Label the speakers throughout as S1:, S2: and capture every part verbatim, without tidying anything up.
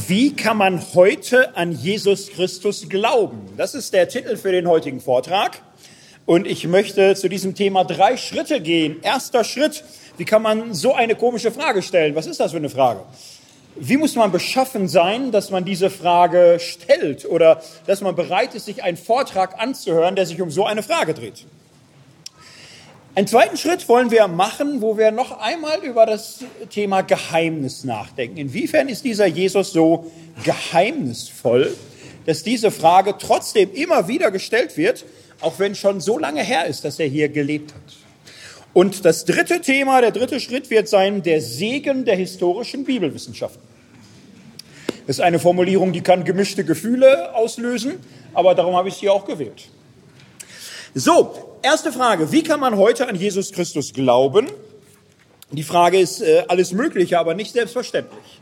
S1: Wie kann man heute an Jesus Christus glauben? Das ist der Titel für den heutigen Vortrag. Und ich möchte zu diesem Thema drei Schritte gehen. Erster Schritt, wie kann man so eine komische Frage stellen? Was ist das für eine Frage? Wie muss man beschaffen sein, dass man diese Frage stellt oder dass man bereit ist, sich einen Vortrag anzuhören, der sich um so eine Frage dreht? Einen zweiten Schritt wollen wir machen, wo wir noch einmal über das Thema Geheimnis nachdenken. Inwiefern ist dieser Jesus so geheimnisvoll, dass diese Frage trotzdem immer wieder gestellt wird, auch wenn schon so lange her ist, dass er hier gelebt hat. Und das dritte Thema, der dritte Schritt wird sein, der Segen der historischen Bibelwissenschaften. Das ist eine Formulierung, die kann gemischte Gefühle auslösen, aber darum habe ich sie auch gewählt. So, erste Frage, wie kann man heute an Jesus Christus glauben? Die Frage ist äh, alles Mögliche, aber nicht selbstverständlich.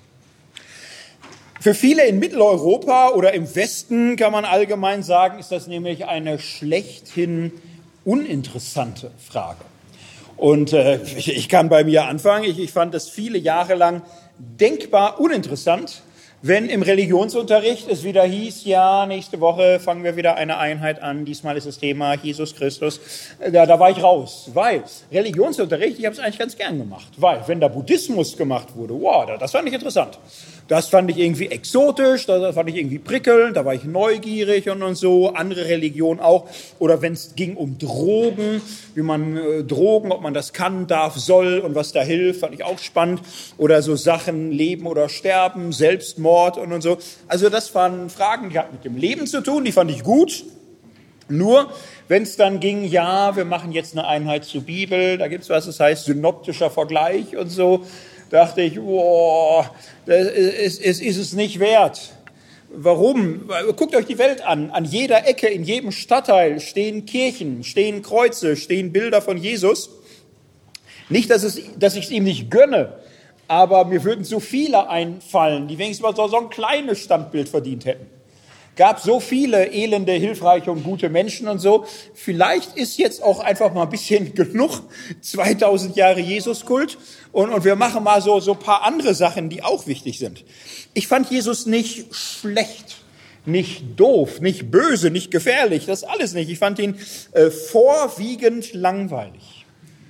S1: Für viele in Mitteleuropa oder im Westen kann man allgemein sagen, ist das nämlich eine schlechthin uninteressante Frage. Und äh, ich, ich kann bei mir anfangen, ich, ich fand das viele Jahre lang denkbar uninteressant, wenn im Religionsunterricht es wieder hieß, ja, nächste Woche fangen wir wieder eine Einheit an, diesmal ist das Thema Jesus Christus, da, da war ich raus, weil Religionsunterricht, ich habe es eigentlich ganz gern gemacht, weil wenn da Buddhismus gemacht wurde, wow, das fand ich interessant. Das fand ich irgendwie exotisch, das fand ich irgendwie prickelnd, da war ich neugierig und, und so, andere Religionen auch. Oder wenn es ging um Drogen, wie man äh, Drogen, ob man das kann, darf, soll und was da hilft, fand ich auch spannend. Oder so Sachen, Leben oder Sterben, Selbstmord und, und so. Also das waren Fragen, die hatten mit dem Leben zu tun, die fand ich gut. Nur, wenn es dann ging, ja, wir machen jetzt eine Einheit zur Bibel, da gibt's was, das heißt synoptischer Vergleich und so, dachte ich, boah, das ist, ist, ist es nicht wert. Warum? Guckt euch die Welt an. An jeder Ecke, in jedem Stadtteil stehen Kirchen, stehen Kreuze, stehen Bilder von Jesus. Nicht, dass, es, dass ich es ihm nicht gönne, aber mir würden so viele einfallen, die wenigstens mal so, so ein kleines Standbild verdient hätten. Gab so viele elende, hilfreiche und gute Menschen und so. Vielleicht ist jetzt auch einfach mal ein bisschen genug zweitausend Jahre Jesuskult und, und wir machen mal so, so ein paar andere Sachen, die auch wichtig sind. Ich fand Jesus nicht schlecht, nicht doof, nicht böse, nicht gefährlich, das alles nicht. Ich fand ihn äh, vorwiegend langweilig.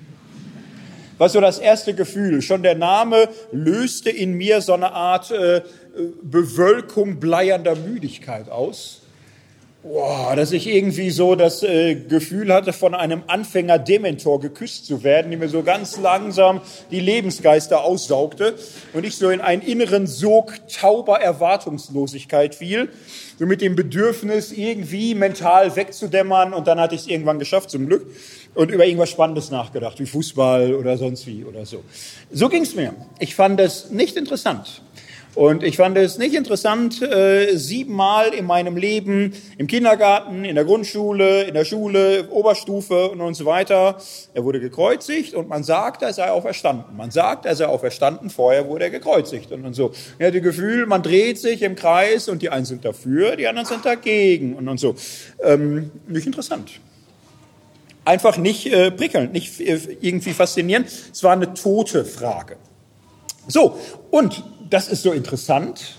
S1: Was so das erste Gefühl, schon der Name löste in mir so eine Art äh, Bewölkung bleiernder Müdigkeit aus. Boah, dass ich irgendwie so das äh, Gefühl hatte, von einem Anfänger-Dementor geküsst zu werden, die mir so ganz langsam die Lebensgeister aussaugte und ich so in einen inneren Sog tauber Erwartungslosigkeit fiel, so mit dem Bedürfnis, irgendwie mental wegzudämmern, und dann hatte ich es irgendwann geschafft, zum Glück, und über irgendwas Spannendes nachgedacht, wie Fußball oder sonst wie oder so. So ging es mir. Ich fand es nicht interessant. Und ich fand es nicht interessant, äh, siebenmal in meinem Leben, im Kindergarten, in der Grundschule, in der Schule, Oberstufe und, und so weiter. Er wurde gekreuzigt und man sagt, er sei auferstanden. Man sagt, er sei auferstanden, vorher wurde er gekreuzigt und, und so. Ich hatte das Gefühl, man dreht sich im Kreis und die einen sind dafür, die anderen sind dagegen und, und so. Ähm, nicht interessant. Einfach nicht äh, prickelnd, nicht äh, irgendwie faszinierend. Es war eine tote Frage. So, und das ist so interessant.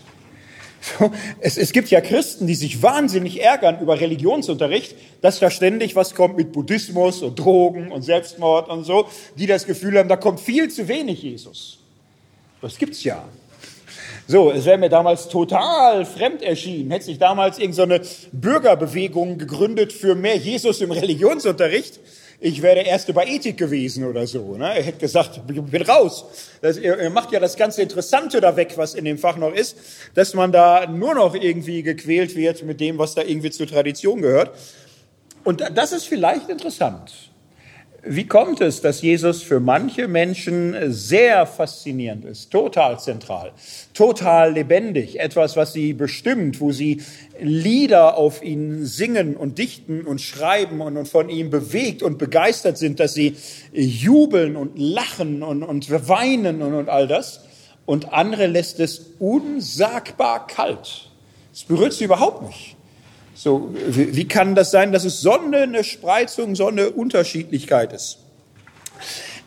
S1: Es, es gibt ja Christen, die sich wahnsinnig ärgern über Religionsunterricht, dass da ständig was kommt mit Buddhismus und Drogen und Selbstmord und so, die das Gefühl haben, da kommt viel zu wenig Jesus. Das gibt's ja. So, es wäre mir damals total fremd erschienen, hätte sich damals irgendeine so Bürgerbewegung gegründet für mehr Jesus im Religionsunterricht. Ich wäre der Erste bei Ethik gewesen oder so. Ne? Er hätte gesagt, ich bin raus. Das, er macht ja das ganze Interessante da weg, was in dem Fach noch ist, dass man da nur noch irgendwie gequält wird mit dem, was da irgendwie zur Tradition gehört. Und das ist vielleicht interessant. Wie kommt es, dass Jesus für manche Menschen sehr faszinierend ist, total zentral, total lebendig, etwas, was sie bestimmt, wo sie Lieder auf ihn singen und dichten und schreiben und, und von ihm bewegt und begeistert sind, dass sie jubeln und lachen und, und weinen und, und all das. Und andere lässt es unsagbar kalt. Es berührt sie überhaupt nicht. So, wie, wie kann das sein, dass es so eine Spreizung, so eine Unterschiedlichkeit ist?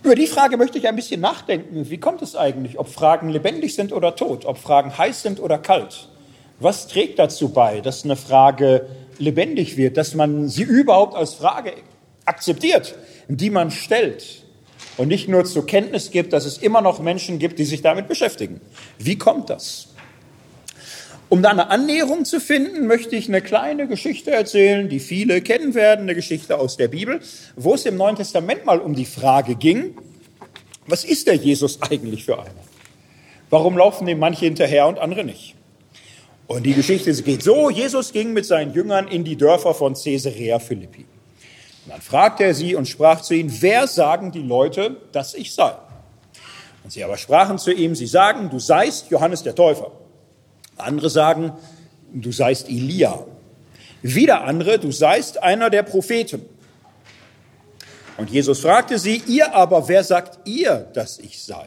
S1: Über die Frage möchte ich ein bisschen nachdenken. Wie kommt es eigentlich, ob Fragen lebendig sind oder tot, ob Fragen heiß sind oder kalt? Was trägt dazu bei, dass eine Frage lebendig wird, dass man sie überhaupt als Frage akzeptiert, die man stellt und nicht nur zur Kenntnis gibt, dass es immer noch Menschen gibt, die sich damit beschäftigen? Wie kommt das? Um da eine Annäherung zu finden, möchte ich eine kleine Geschichte erzählen, die viele kennen werden, eine Geschichte aus der Bibel, wo es im Neuen Testament mal um die Frage ging, was ist der Jesus eigentlich für einer? Warum laufen dem manche hinterher und andere nicht? Und die Geschichte geht so: Jesus ging mit seinen Jüngern in die Dörfer von Caesarea Philippi. Und dann fragte er sie und sprach zu ihnen: Wer sagen die Leute, dass ich sei? Und sie aber sprachen zu ihm: Sie sagen, du seist Johannes der Täufer. Andere sagen, du seist Elia. Wieder andere, du seist einer der Propheten. Und Jesus fragte sie: Ihr aber, wer sagt ihr, dass ich sei?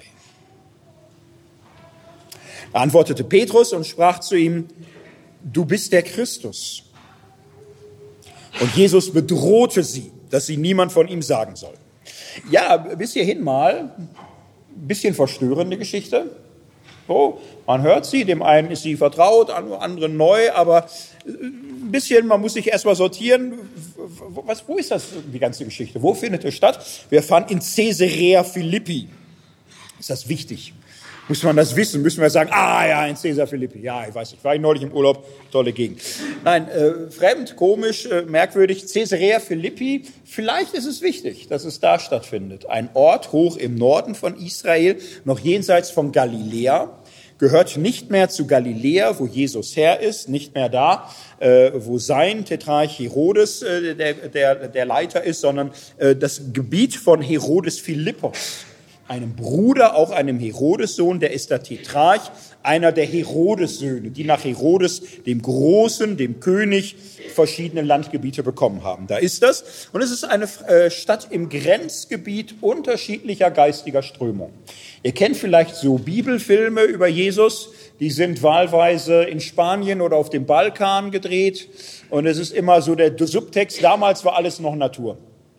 S1: Da antwortete Petrus und sprach zu ihm: Du bist der Christus. Und Jesus bedrohte sie, dass sie niemand von ihm sagen soll. Ja, bis hierhin mal ein bisschen verstörende Geschichte. So, man hört sie, dem einen ist sie vertraut, dem anderen neu, aber ein bisschen, man muss sich erstmal sortieren. Was, wo ist das, die ganze Geschichte? Wo findet es statt? Wir fahren in Caesarea Philippi. Ist das wichtig? Muss man das wissen? Müssen wir sagen, ah ja, in Caesarea Philippi. Ja, ich weiß nicht, war ich neulich im Urlaub, tolle Gegend. Nein, äh, fremd, komisch, äh, merkwürdig. Caesarea Philippi, vielleicht ist es wichtig, dass es da stattfindet. Ein Ort hoch im Norden von Israel, noch jenseits von Galiläa, gehört nicht mehr zu Galiläa, wo Jesus Herr ist, nicht mehr da, äh, wo sein Tetrarch Herodes äh, der, der, der Leiter ist, sondern äh, das Gebiet von Herodes Philippos, einem Bruder, auch einem Herodes-Sohn, der ist der Tetrarch, einer der Herodes-Söhne, die nach Herodes, dem Großen, dem König, verschiedene Landgebiete bekommen haben. Da ist das. Und es ist eine äh, Stadt im Grenzgebiet unterschiedlicher geistiger Strömungen. Ihr kennt vielleicht so Bibelfilme über Jesus, die sind wahlweise in Spanien oder auf dem Balkan gedreht. Und es ist immer so der Subtext, damals war alles noch Natur.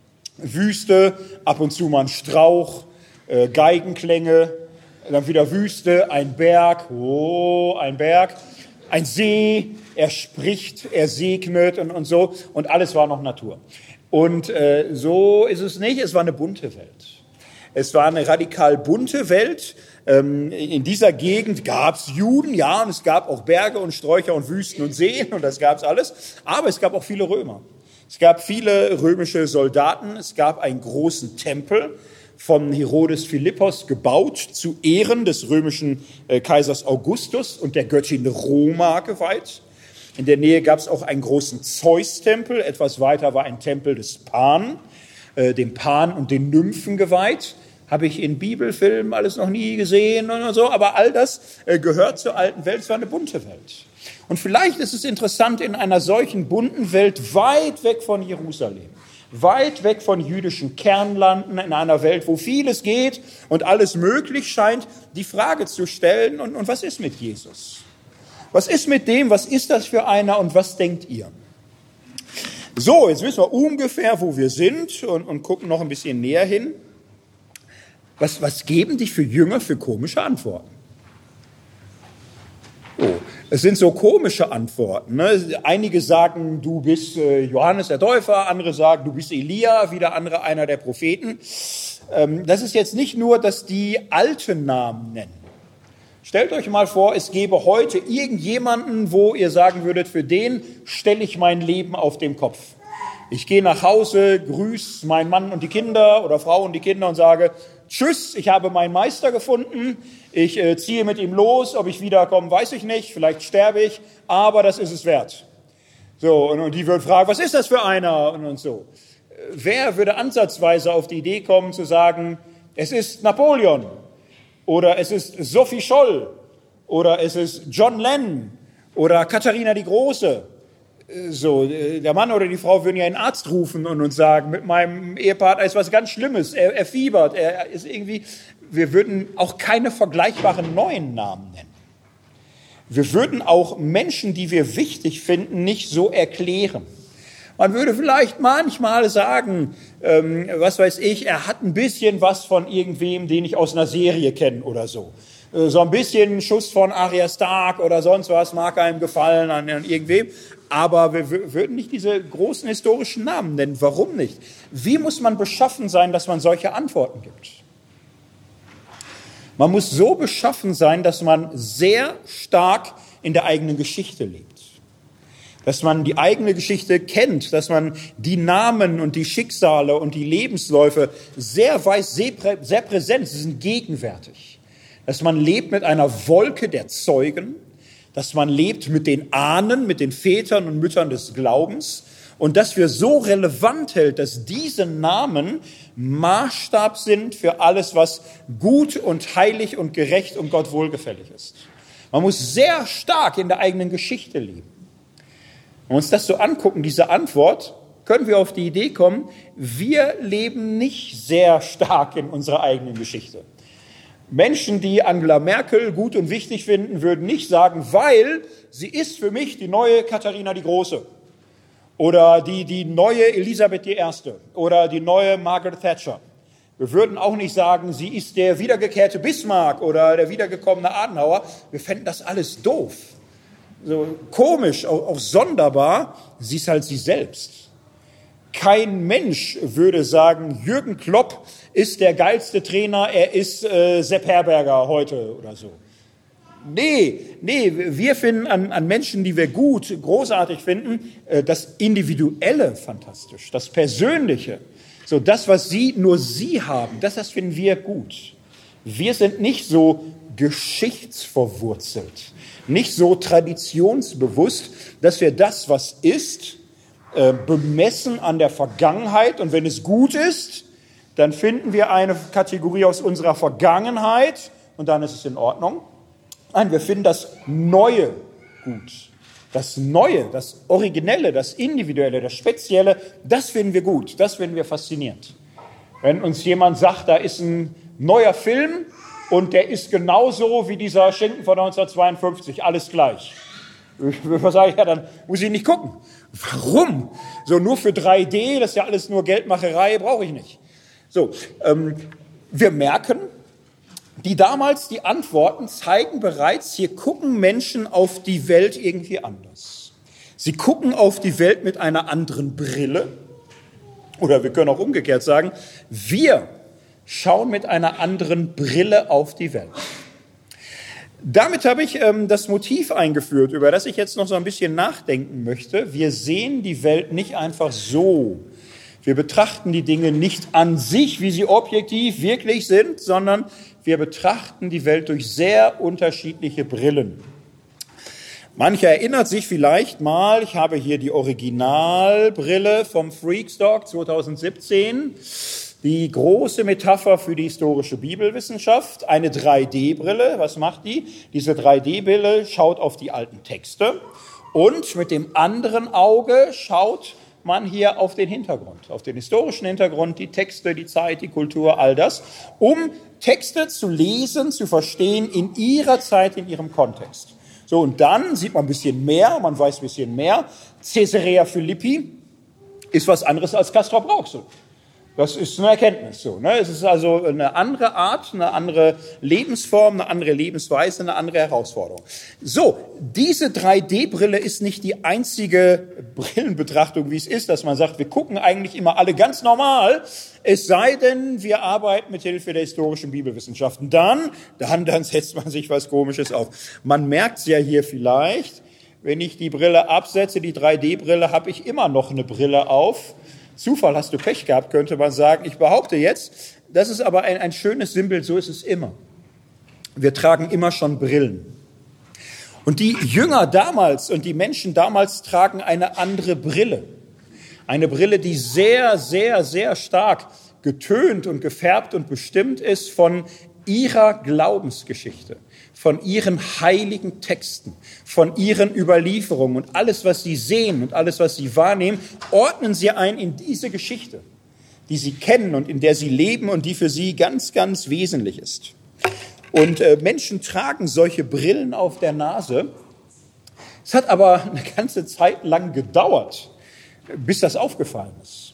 S1: Wüste, ab und zu mal ein Strauch, Äh, Geigenklänge, dann wieder Wüste, ein Berg, oh, ein Berg, ein See, er spricht, er segnet und, und so, und alles war noch Natur. Und äh, so ist es nicht, es war eine bunte Welt. Es war eine radikal bunte Welt. Ähm, in dieser Gegend gab es Juden, ja, und es gab auch Berge und Sträucher und Wüsten und Seen, und das gab es alles, aber es gab auch viele Römer. Es gab viele römische Soldaten, es gab einen großen Tempel, von Herodes Philippos gebaut, zu Ehren des römischen äh, Kaisers Augustus und der Göttin Roma geweiht. In der Nähe gab es auch einen großen Zeus-Tempel, etwas weiter war ein Tempel des Pan, äh, dem Pan und den Nymphen geweiht. Habe ich in Bibelfilmen alles noch nie gesehen und so, aber all das äh, gehört zur alten Welt, es war eine bunte Welt. Und vielleicht ist es interessant, in einer solchen bunten Welt, weit weg von Jerusalem, weit weg von jüdischen Kernlanden, in einer Welt, wo vieles geht und alles möglich scheint, die Frage zu stellen, und, und was ist mit Jesus? Was ist mit dem, was ist das für einer und was denkt ihr? So, jetzt wissen wir ungefähr, wo wir sind, und, und gucken noch ein bisschen näher hin. Was, was geben die für Jünger für komische Antworten? Oh, es sind so komische Antworten. Ne? Einige sagen, du bist äh, Johannes der Täufer, andere sagen, du bist Elia, wieder andere einer der Propheten. Ähm, das ist jetzt nicht nur, dass die alten Namen nennen. Stellt euch mal vor, es gäbe heute irgendjemanden, wo ihr sagen würdet, für den stelle ich mein Leben auf den Kopf. Ich gehe nach Hause, grüße meinen Mann und die Kinder oder Frau und die Kinder und sage, tschüss, ich habe meinen Meister gefunden, ich äh, ziehe mit ihm los, ob ich wiederkomme, weiß ich nicht, vielleicht sterbe ich, aber das ist es wert. So, und, und die würden fragen, was ist das für einer? Und, und so. Wer würde ansatzweise auf die Idee kommen zu sagen, es ist Napoleon oder es ist Sophie Scholl oder es ist John Lennon oder Katharina die Große? So, der Mann oder die Frau würden ja einen Arzt rufen und uns sagen, mit meinem Ehepartner ist was ganz Schlimmes, er, er fiebert, er ist irgendwie, wir würden auch keine vergleichbaren neuen Namen nennen. Wir würden auch Menschen, die wir wichtig finden, nicht so erklären. Man würde vielleicht manchmal sagen, ähm, was weiß ich, er hat ein bisschen was von irgendwem, den ich aus einer Serie kenne oder so. Äh, so ein bisschen Schuss von Arya Stark oder sonst was mag einem gefallen an, an irgendwem. Aber wir w- würden nicht diese großen historischen Namen nennen. Warum nicht? Wie muss man beschaffen sein, dass man solche Antworten gibt? Man muss so beschaffen sein, dass man sehr stark in der eigenen Geschichte lebt. Dass man die eigene Geschichte kennt, dass man die Namen und die Schicksale und die Lebensläufe sehr weiß, sehr, prä- sehr präsent, sie sind gegenwärtig. Dass man lebt mit einer Wolke der Zeugen, dass man lebt mit den Ahnen, mit den Vätern und Müttern des Glaubens und dass wir so relevant hält, dass diese Namen Maßstab sind für alles, was gut und heilig und gerecht und Gott wohlgefällig ist. Man muss sehr stark in der eigenen Geschichte leben. Wenn wir uns das so angucken, diese Antwort, können wir auf die Idee kommen, wir leben nicht sehr stark in unserer eigenen Geschichte. Menschen, die Angela Merkel gut und wichtig finden, würden nicht sagen, weil sie ist für mich die neue Katharina die Große oder die, die neue Elisabeth die Erste oder die neue Margaret Thatcher. Wir würden auch nicht sagen, sie ist der wiedergekehrte Bismarck oder der wiedergekommene Adenauer. Wir fänden das alles doof. So komisch, auch, auch sonderbar, sie ist halt sie selbst. Kein Mensch würde sagen, Jürgen Klopp ist der geilste Trainer, er ist äh, Sepp Herberger heute oder so. Nee, nee, wir finden an, an Menschen, die wir gut, großartig finden, äh, das Individuelle fantastisch, das Persönliche. So das, was sie, nur sie haben, das, das finden wir gut. Wir sind nicht so geschichtsverwurzelt, nicht so traditionsbewusst, dass wir das, was ist, äh, bemessen an der Vergangenheit. Und wenn es gut ist, dann finden wir eine Kategorie aus unserer Vergangenheit und dann ist es in Ordnung. Nein, wir finden das Neue gut. Das Neue, das Originelle, das Individuelle, das Spezielle, das finden wir gut, das finden wir faszinierend. Wenn uns jemand sagt, da ist ein neuer Film und der ist genauso wie dieser Schinken von neunzehnhundertzweiundfünfzig, alles gleich. Was sage ich? Ja, dann muss ich nicht gucken. Warum? So nur für drei D, das ist ja alles nur Geldmacherei, brauche ich nicht. So, ähm, wir merken, die damals die Antworten zeigen bereits, hier gucken Menschen auf die Welt irgendwie anders. Sie gucken auf die Welt mit einer anderen Brille. Oder wir können auch umgekehrt sagen, wir schauen mit einer anderen Brille auf die Welt. Damit habe ich ähm, das Motiv eingeführt, über das ich jetzt noch so ein bisschen nachdenken möchte. Wir sehen die Welt nicht einfach so. Wir betrachten die Dinge nicht an sich, wie sie objektiv wirklich sind, sondern wir betrachten die Welt durch sehr unterschiedliche Brillen. Mancher erinnert sich vielleicht mal, ich habe hier die Originalbrille vom Freakstock zweitausendsiebzehn, die große Metapher für die historische Bibelwissenschaft, eine drei D Brille. Was macht die? Diese drei D Brille schaut auf die alten Texte und mit dem anderen Auge schaut man hier auf den Hintergrund, auf den historischen Hintergrund, die Texte, die Zeit, die Kultur, all das, um Texte zu lesen, zu verstehen in ihrer Zeit, in ihrem Kontext. So, und dann sieht man ein bisschen mehr, man weiß ein bisschen mehr. Caesarea Philippi ist was anderes als Castrop-Rauxel. Das ist eine Erkenntnis so. Ne? Es ist also eine andere Art, eine andere Lebensform, eine andere Lebensweise, eine andere Herausforderung. So, diese drei D Brille ist nicht die einzige Brillenbetrachtung, wie es ist, dass man sagt, wir gucken eigentlich immer alle ganz normal, es sei denn, wir arbeiten mit Hilfe der historischen Bibelwissenschaften. Dann, dann, dann setzt man sich was Komisches auf. Man merkt es ja hier vielleicht, wenn ich die Brille absetze, die drei D Brille, habe ich immer noch eine Brille auf. Zufall, hast du Pech gehabt, könnte man sagen. Ich behaupte jetzt, das ist aber ein, ein schönes Sinnbild, so ist es immer. Wir tragen immer schon Brillen. Und die Jünger damals und die Menschen damals tragen eine andere Brille. Eine Brille, die sehr, sehr, sehr stark getönt und gefärbt und bestimmt ist von ihrer Glaubensgeschichte, von ihren heiligen Texten, von ihren Überlieferungen und alles, was sie sehen und alles, was sie wahrnehmen, ordnen sie ein in diese Geschichte, die sie kennen und in der sie leben und die für sie ganz, ganz wesentlich ist. Und äh, Menschen tragen solche Brillen auf der Nase. Es hat aber eine ganze Zeit lang gedauert, bis das aufgefallen ist.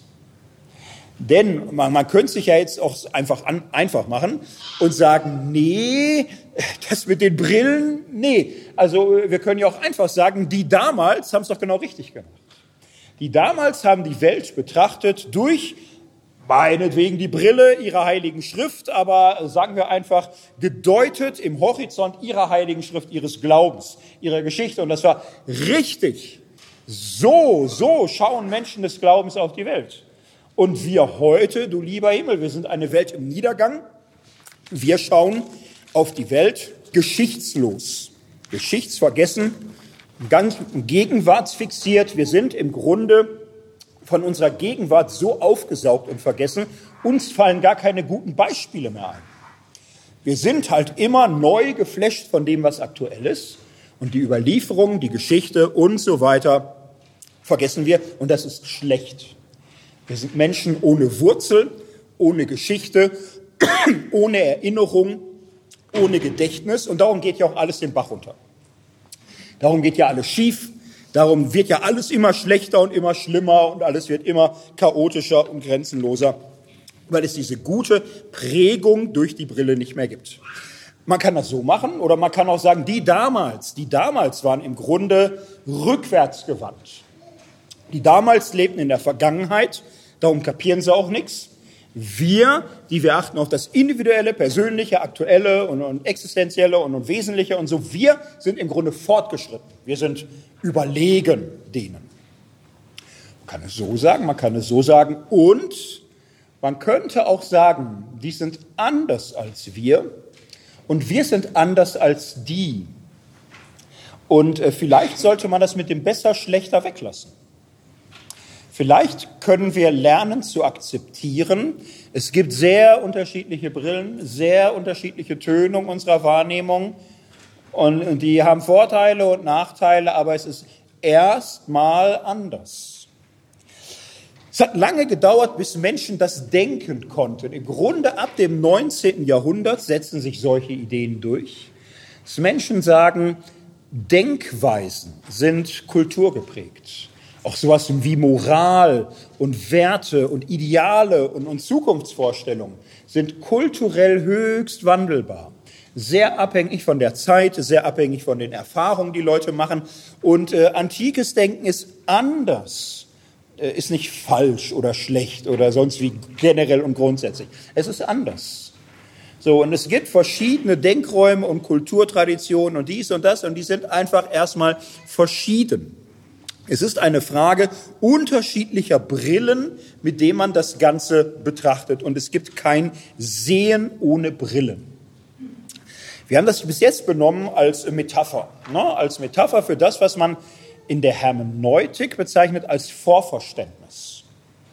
S1: Denn man, man könnte sich ja jetzt auch einfach an, einfach machen und sagen, nee, das mit den Brillen, nee. Also wir können ja auch einfach sagen, die damals haben es doch genau richtig gemacht. Die damals haben die Welt betrachtet durch meinetwegen die Brille ihrer Heiligen Schrift, aber sagen wir einfach gedeutet im Horizont ihrer Heiligen Schrift, ihres Glaubens, ihrer Geschichte. Und das war richtig. So, so schauen Menschen des Glaubens auf die Welt. Und wir heute, du lieber Himmel, wir sind eine Welt im Niedergang. Wir schauen auf die Welt geschichtslos, geschichtsvergessen, ganz gegenwartsfixiert. Wir sind im Grunde von unserer Gegenwart so aufgesaugt und vergessen, uns fallen gar keine guten Beispiele mehr ein. Wir sind halt immer neu geflasht von dem, was aktuell ist. Und die Überlieferung, die Geschichte und so weiter vergessen wir. Und das ist schlecht. Wir sind Menschen ohne Wurzel, ohne Geschichte, ohne Erinnerung, ohne Gedächtnis. Und darum geht ja auch alles den Bach runter. Darum geht ja alles schief. Darum wird ja alles immer schlechter und immer schlimmer und alles wird immer chaotischer und grenzenloser, weil es diese gute Prägung durch die Brille nicht mehr gibt. Man kann das so machen oder man kann auch sagen, die damals, die damals waren im Grunde rückwärtsgewandt. Die damals lebten in der Vergangenheit, darum kapieren sie auch nichts. Wir, die wir achten auf das Individuelle, Persönliche, Aktuelle und, und Existenzielle und, und Wesentliche und so, wir sind im Grunde fortgeschritten. Wir sind überlegen denen. Man kann es so sagen, man kann es so sagen und man könnte auch sagen, die sind anders als wir und wir sind anders als die. Und äh, vielleicht sollte man das mit dem besser, schlechter weglassen. Vielleicht können wir lernen zu akzeptieren, es gibt sehr unterschiedliche Brillen, sehr unterschiedliche Tönungen unserer Wahrnehmung und die haben Vorteile und Nachteile, aber es ist erstmal anders. Es hat lange gedauert, bis Menschen das denken konnten. Im Grunde ab dem neunzehnten Jahrhundert setzen sich solche Ideen durch, dass Menschen sagen, Denkweisen sind kulturgeprägt. Auch sowas wie Moral und Werte und Ideale und, und Zukunftsvorstellungen sind kulturell höchst wandelbar. Sehr abhängig von der Zeit, sehr abhängig von den Erfahrungen, die Leute machen. Und äh, antikes Denken ist anders, äh, ist nicht falsch oder schlecht oder sonst wie generell und grundsätzlich. Es ist anders. So, und es gibt verschiedene Denkräume und Kulturtraditionen und dies und das und die sind einfach erstmal verschieden. Es ist eine Frage unterschiedlicher Brillen, mit denen man das Ganze betrachtet. Und es gibt kein Sehen ohne Brillen. Wir haben das bis jetzt benommen als Metapher, ne? Als Metapher für das, was man in der Hermeneutik bezeichnet als Vorverständnis.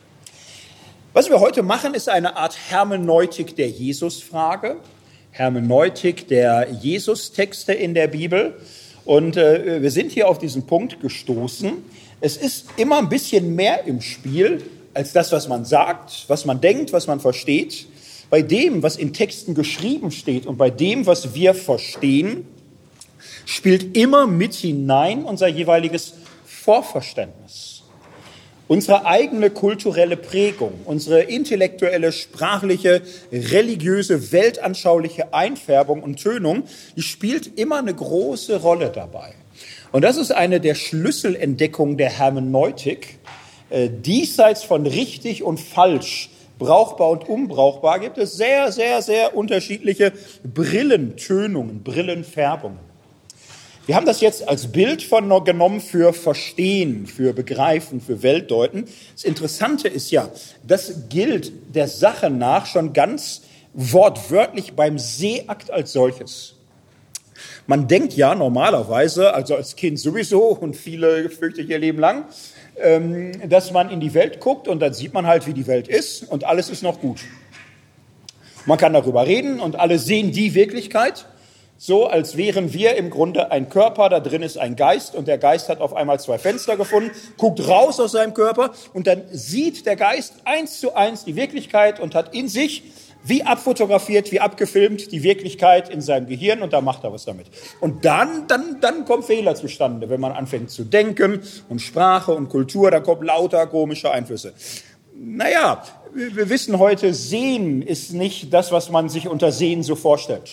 S1: Was wir heute machen, ist eine Art Hermeneutik der Jesusfrage, Hermeneutik der Jesus-Texte in der Bibel. Und äh, wir sind hier auf diesen Punkt gestoßen. Es ist immer ein bisschen mehr im Spiel als das, was man sagt, was man denkt, was man versteht. Bei dem, was in Texten geschrieben steht und bei dem, was wir verstehen, spielt immer mit hinein unser jeweiliges Vorverständnis. Unsere eigene kulturelle Prägung, unsere intellektuelle, sprachliche, religiöse, weltanschauliche Einfärbung und Tönung, die spielt immer eine große Rolle dabei. Und das ist eine der Schlüsselentdeckungen der Hermeneutik. Äh, diesseits von richtig und falsch, brauchbar und unbrauchbar, gibt es sehr, sehr, sehr unterschiedliche Brillentönungen, Brillenfärbungen. Wir haben das jetzt als Bild von genommen für Verstehen, für Begreifen, für Weltdeuten. Das Interessante ist ja, das gilt der Sache nach schon ganz wortwörtlich beim Sehakt als solches. Man denkt ja normalerweise, also als Kind sowieso und viele fürchte ich ihr Leben lang, dass man in die Welt guckt und dann sieht man halt, wie die Welt ist und alles ist noch gut. Man kann darüber reden und alle sehen die Wirklichkeit. So, als wären wir im Grunde ein Körper, da drin ist ein Geist und der Geist hat auf einmal zwei Fenster gefunden, guckt raus aus seinem Körper und dann sieht der Geist eins zu eins die Wirklichkeit und hat in sich Wie abfotografiert, wie abgefilmt die Wirklichkeit in seinem Gehirn und da macht er was damit. Und dann, dann, dann kommen Fehler zustande, wenn man anfängt zu denken und Sprache und Kultur, da kommen lauter komische Einflüsse. Naja, wir wissen heute, Sehen ist nicht das, was man sich unter Sehen so vorstellt.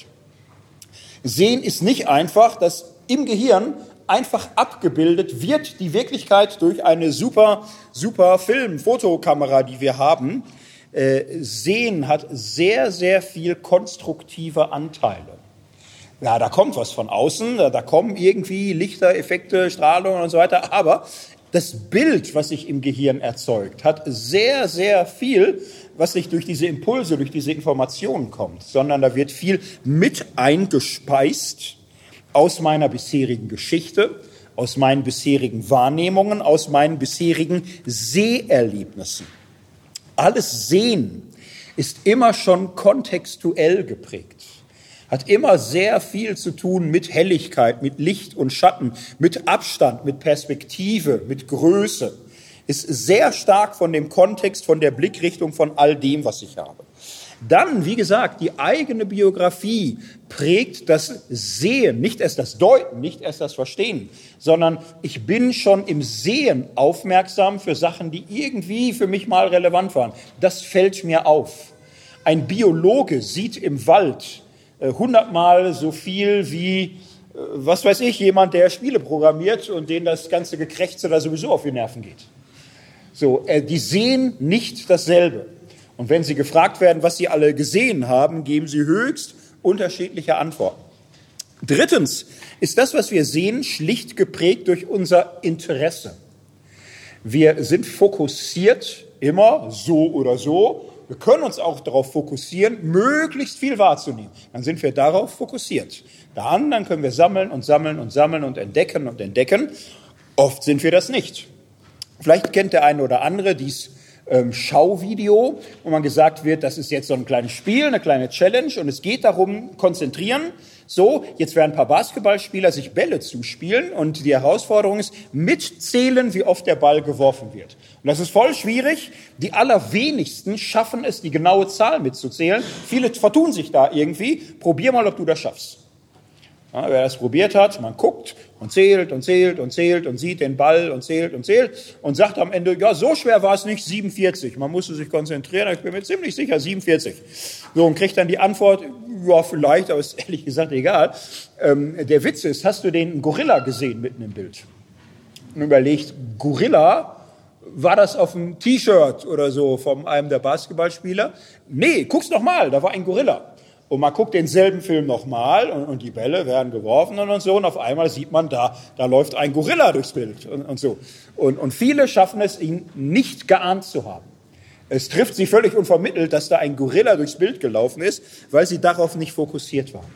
S1: Sehen ist nicht einfach, dass im Gehirn einfach abgebildet wird die Wirklichkeit durch eine super, super Film-, Fotokamera, die wir haben. Äh, Sehen hat sehr, sehr viel konstruktive Anteile. Ja, da kommt was von außen, da, da kommen irgendwie Lichter, Effekte, Strahlung und so weiter, aber das Bild, was sich im Gehirn erzeugt, hat sehr, sehr viel, was nicht durch diese Impulse, durch diese Informationen kommt, sondern da wird viel mit eingespeist aus meiner bisherigen Geschichte, aus meinen bisherigen Wahrnehmungen, aus meinen bisherigen Seherlebnissen. Alles Sehen ist immer schon kontextuell geprägt, hat immer sehr viel zu tun mit Helligkeit, mit Licht und Schatten, mit Abstand, mit Perspektive, mit Größe, ist sehr stark von dem Kontext, von der Blickrichtung, von all dem, was ich habe. Dann, wie gesagt, die eigene Biografie prägt das Sehen, nicht erst das Deuten, nicht erst das Verstehen, sondern ich bin schon im Sehen aufmerksam für Sachen, die irgendwie für mich mal relevant waren. Das fällt mir auf. Ein Biologe sieht im Wald hundertmal so viel wie, was weiß ich, jemand, der Spiele programmiert und denen das ganze Gekrächze da sowieso auf die Nerven geht. So, die sehen nicht dasselbe. Und wenn Sie gefragt werden, was Sie alle gesehen haben, geben Sie höchst unterschiedliche Antworten. Drittens ist das, was wir sehen, schlicht geprägt durch unser Interesse. Wir sind fokussiert, immer so oder so. Wir können uns auch darauf fokussieren, möglichst viel wahrzunehmen. Dann sind wir darauf fokussiert. Dann, dann können wir sammeln und sammeln und sammeln und entdecken und entdecken. Oft sind wir das nicht. Vielleicht kennt der eine oder andere dies ähm, Schauvideo, wo man gesagt wird, das ist jetzt so ein kleines Spiel, eine kleine Challenge und es geht darum, konzentrieren. So, jetzt werden ein paar Basketballspieler sich Bälle zuspielen und die Herausforderung ist, mitzählen, wie oft der Ball geworfen wird. Und das ist voll schwierig. Die allerwenigsten schaffen es, die genaue Zahl mitzuzählen. Viele vertun sich da irgendwie. Probier mal, ob du das schaffst. Ja, wer das probiert hat, man guckt und zählt und zählt und zählt und sieht den Ball und zählt und zählt und sagt am Ende, ja, so schwer war es nicht, siebenundvierzig. Man musste sich konzentrieren, ich bin mir ziemlich sicher, siebenundvierzig. So, und kriegt dann die Antwort, ja, vielleicht, aber ist ehrlich gesagt egal. Ähm, der Witz ist, hast du den Gorilla gesehen mitten im Bild? Und überlegt, Gorilla, war das auf dem T-Shirt oder so von einem der Basketballspieler? Nee, guck's noch mal, da war ein Gorilla. Und man guckt denselben Film nochmal und, und die Bälle werden geworfen und, und so. Und auf einmal sieht man, da, da läuft ein Gorilla durchs Bild und, und so. Und, und viele schaffen es, ihn nicht geahnt zu haben. Es trifft sie völlig unvermittelt, dass da ein Gorilla durchs Bild gelaufen ist, weil sie darauf nicht fokussiert waren.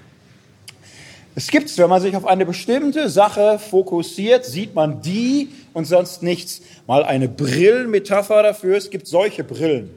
S1: Es gibt's, wenn man sich auf eine bestimmte Sache fokussiert, sieht man die und sonst nichts. Mal eine Brillenmetapher dafür, es gibt solche Brillen.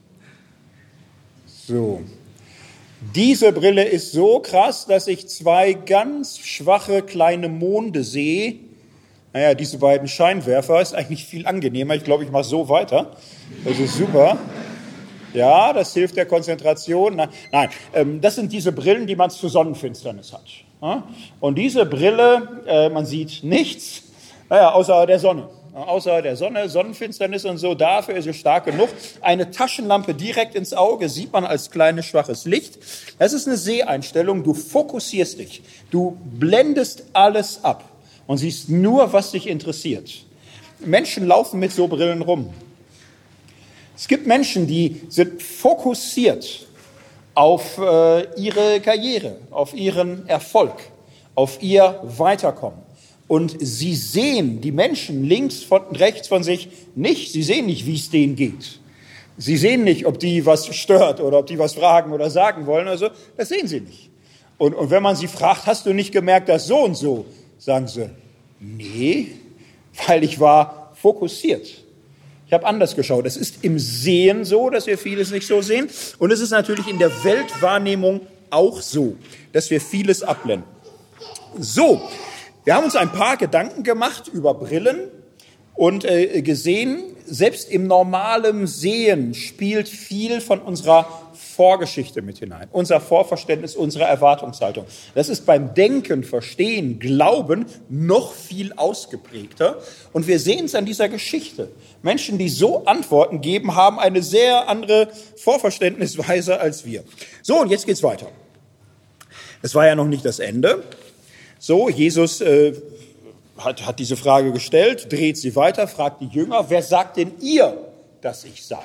S1: So. Diese Brille ist so krass, dass ich zwei ganz schwache kleine Monde sehe. Naja, diese beiden Scheinwerfer ist eigentlich viel angenehmer. Ich glaube, ich mache so weiter. Das ist super. Ja, das hilft der Konzentration. Nein, das sind diese Brillen, die man zur Sonnenfinsternis hat. Und diese Brille, man sieht nichts, naja, außer der Sonne. Außer der Sonne, Sonnenfinsternis und so, dafür ist es stark genug. Eine Taschenlampe direkt ins Auge sieht man als kleines, schwaches Licht. Das ist eine Seheinstellung, du fokussierst dich, du blendest alles ab und siehst nur, was dich interessiert. Menschen laufen mit so Brillen rum. Es gibt Menschen, die sind fokussiert auf äh, ihre Karriere, auf ihren Erfolg, auf ihr Weiterkommen. Und sie sehen die Menschen links und rechts von sich nicht. Sie sehen nicht, wie es denen geht. Sie sehen nicht, ob die was stört oder ob die was fragen oder sagen wollen. Also, das sehen sie nicht. Und, und wenn man sie fragt, hast du nicht gemerkt, dass so und so, sagen sie, nee, weil ich war fokussiert. Ich habe anders geschaut. Es ist im Sehen so, dass wir vieles nicht so sehen. Und es ist natürlich in der Weltwahrnehmung auch so, dass wir vieles abblenden. So. Wir haben uns ein paar Gedanken gemacht über Brillen und äh, gesehen, selbst im normalen Sehen spielt viel von unserer Vorgeschichte mit hinein, unser Vorverständnis, unsere Erwartungshaltung. Das ist beim Denken, Verstehen, Glauben noch viel ausgeprägter. Und wir sehen es an dieser Geschichte. Menschen, die so Antworten geben, haben eine sehr andere Vorverständnisweise als wir. So, und jetzt geht's weiter. Es war ja noch nicht das Ende. So, Jesus äh, hat, hat diese Frage gestellt, dreht sie weiter, fragt die Jünger, wer sagt denn ihr, dass ich sei?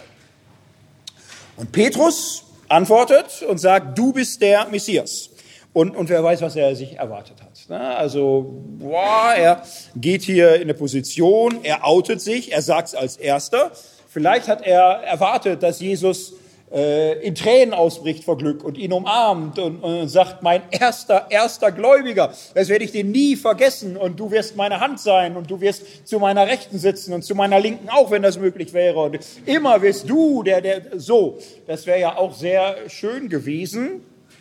S1: Und Petrus antwortet und sagt, du bist der Messias. Und, und wer weiß, was er sich erwartet hat. Also, boah, er geht hier in eine Position, er outet sich, er sagt es als Erster. Vielleicht hat er erwartet, dass Jesus äh, in Tränen ausbricht vor Glück und ihn umarmt und, und sagt, mein erster, erster Gläubiger, das werde ich dir nie vergessen und du wirst meine Hand sein und du wirst zu meiner Rechten sitzen und zu meiner Linken auch, wenn das möglich wäre. Und immer wirst du, der, der, so, das wäre ja auch sehr schön gewesen,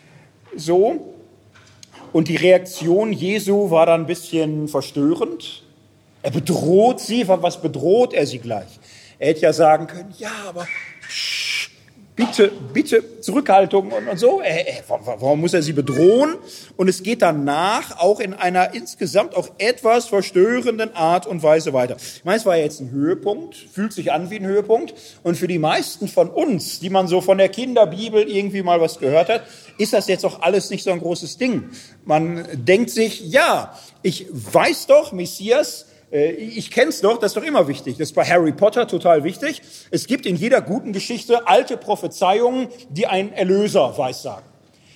S1: so. Und die Reaktion Jesu war dann ein bisschen verstörend. Er bedroht sie, was bedroht er sie gleich? Er hätte ja sagen können, ja, aber psch, bitte, bitte Zurückhaltung und, und so. Er, er, warum muss er sie bedrohen? Und es geht danach auch in einer insgesamt auch etwas verstörenden Art und Weise weiter. Ich meine, es war jetzt ein Höhepunkt, fühlt sich an wie ein Höhepunkt. Und für die meisten von uns, die man so von der Kinderbibel irgendwie mal was gehört hat, ist das jetzt auch alles nicht so ein großes Ding. Man denkt sich, ja, ich weiß doch, Messias, ich kenn's doch, das ist doch immer wichtig. Das ist bei Harry Potter total wichtig. Es gibt in jeder guten Geschichte alte Prophezeiungen, die einen Erlöser weissagen.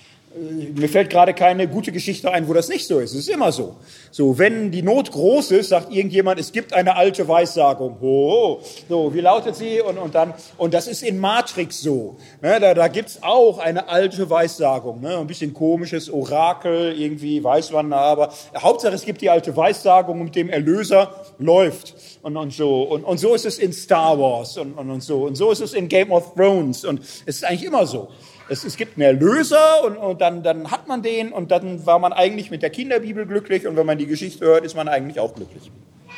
S1: Mir fällt gerade keine gute Geschichte ein, wo das nicht so ist. Es ist immer so. So, wenn die Not groß ist, sagt irgendjemand, es gibt eine alte Weissagung. Oh, so, wie lautet sie? Und, und dann, und das ist in Matrix so. Ne, da da gibt's auch eine alte Weissagung. Ne, ein bisschen komisches Orakel, irgendwie weiß man, aber Hauptsache es gibt die alte Weissagung mit dem Erlöser läuft. Und, und so. Und, und so ist es in Star Wars und, und, und so. Und so ist es in Game of Thrones. Und es ist eigentlich immer so. Es, es gibt einen Erlöser und, und dann, dann hat man den und dann war man eigentlich mit der Kinderbibel glücklich und wenn man die Geschichte hört, ist man eigentlich auch glücklich.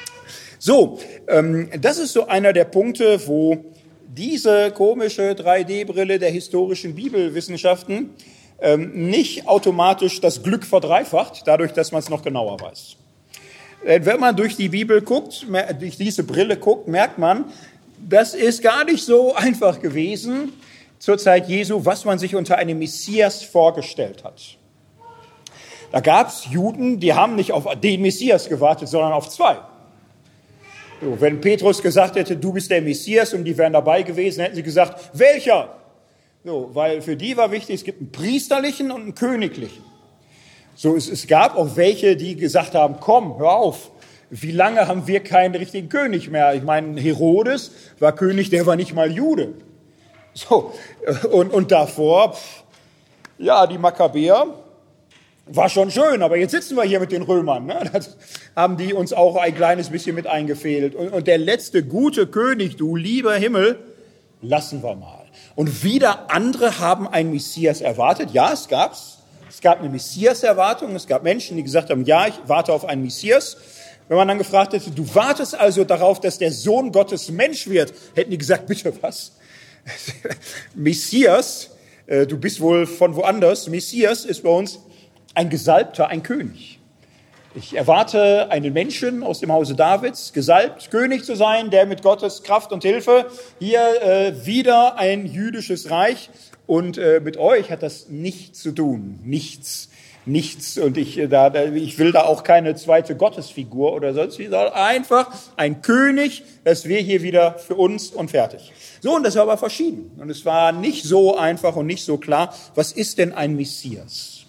S1: So, ähm, das ist so einer der Punkte, wo diese komische drei D Brille der historischen Bibelwissenschaften ähm, nicht automatisch das Glück verdreifacht, dadurch, dass man es noch genauer weiß. Wenn man durch die Bibel guckt, durch diese Brille guckt, merkt man, das ist gar nicht so einfach gewesen, zur Zeit Jesu, was man sich unter einem Messias vorgestellt hat. Da gab es Juden, die haben nicht auf den Messias gewartet, sondern auf zwei. So, wenn Petrus gesagt hätte, du bist der Messias und die wären dabei gewesen, hätten sie gesagt, welcher? So, weil für die war wichtig, es gibt einen priesterlichen und einen königlichen. So, es, es gab auch welche, die gesagt haben, komm, hör auf, wie lange haben wir keinen richtigen König mehr? Ich meine, Herodes war König, der war nicht mal Jude. So, und, und davor, pff, ja, die Makkabäer, war schon schön, aber jetzt sitzen wir hier mit den Römern. Ne? Das haben die uns auch ein kleines bisschen mit eingefädelt. Und, und der letzte gute König, du lieber Himmel, lassen wir mal. Und wieder andere haben einen Messias erwartet. Ja, es gab's. Es gab eine Messias-Erwartung. Es gab Menschen, die gesagt haben, ja, ich warte auf einen Messias. Wenn man dann gefragt hätte, du wartest also darauf, dass der Sohn Gottes Mensch wird, hätten die gesagt, bitte was? Messias, äh, du bist wohl von woanders. Messias ist bei uns ein Gesalbter, ein König. Ich erwarte einen Menschen aus dem Hause Davids, gesalbt, König zu sein, der mit Gottes Kraft und Hilfe hier äh, wieder ein jüdisches Reich und äh, mit euch hat das nichts zu tun, nichts. Nichts und ich, da, ich will da auch keine zweite Gottesfigur oder sonst wie, sondern einfach ein König, das wir hier wieder für uns und fertig. So, und das war aber verschieden. Und es war nicht so einfach und nicht so klar, was ist denn ein Messias?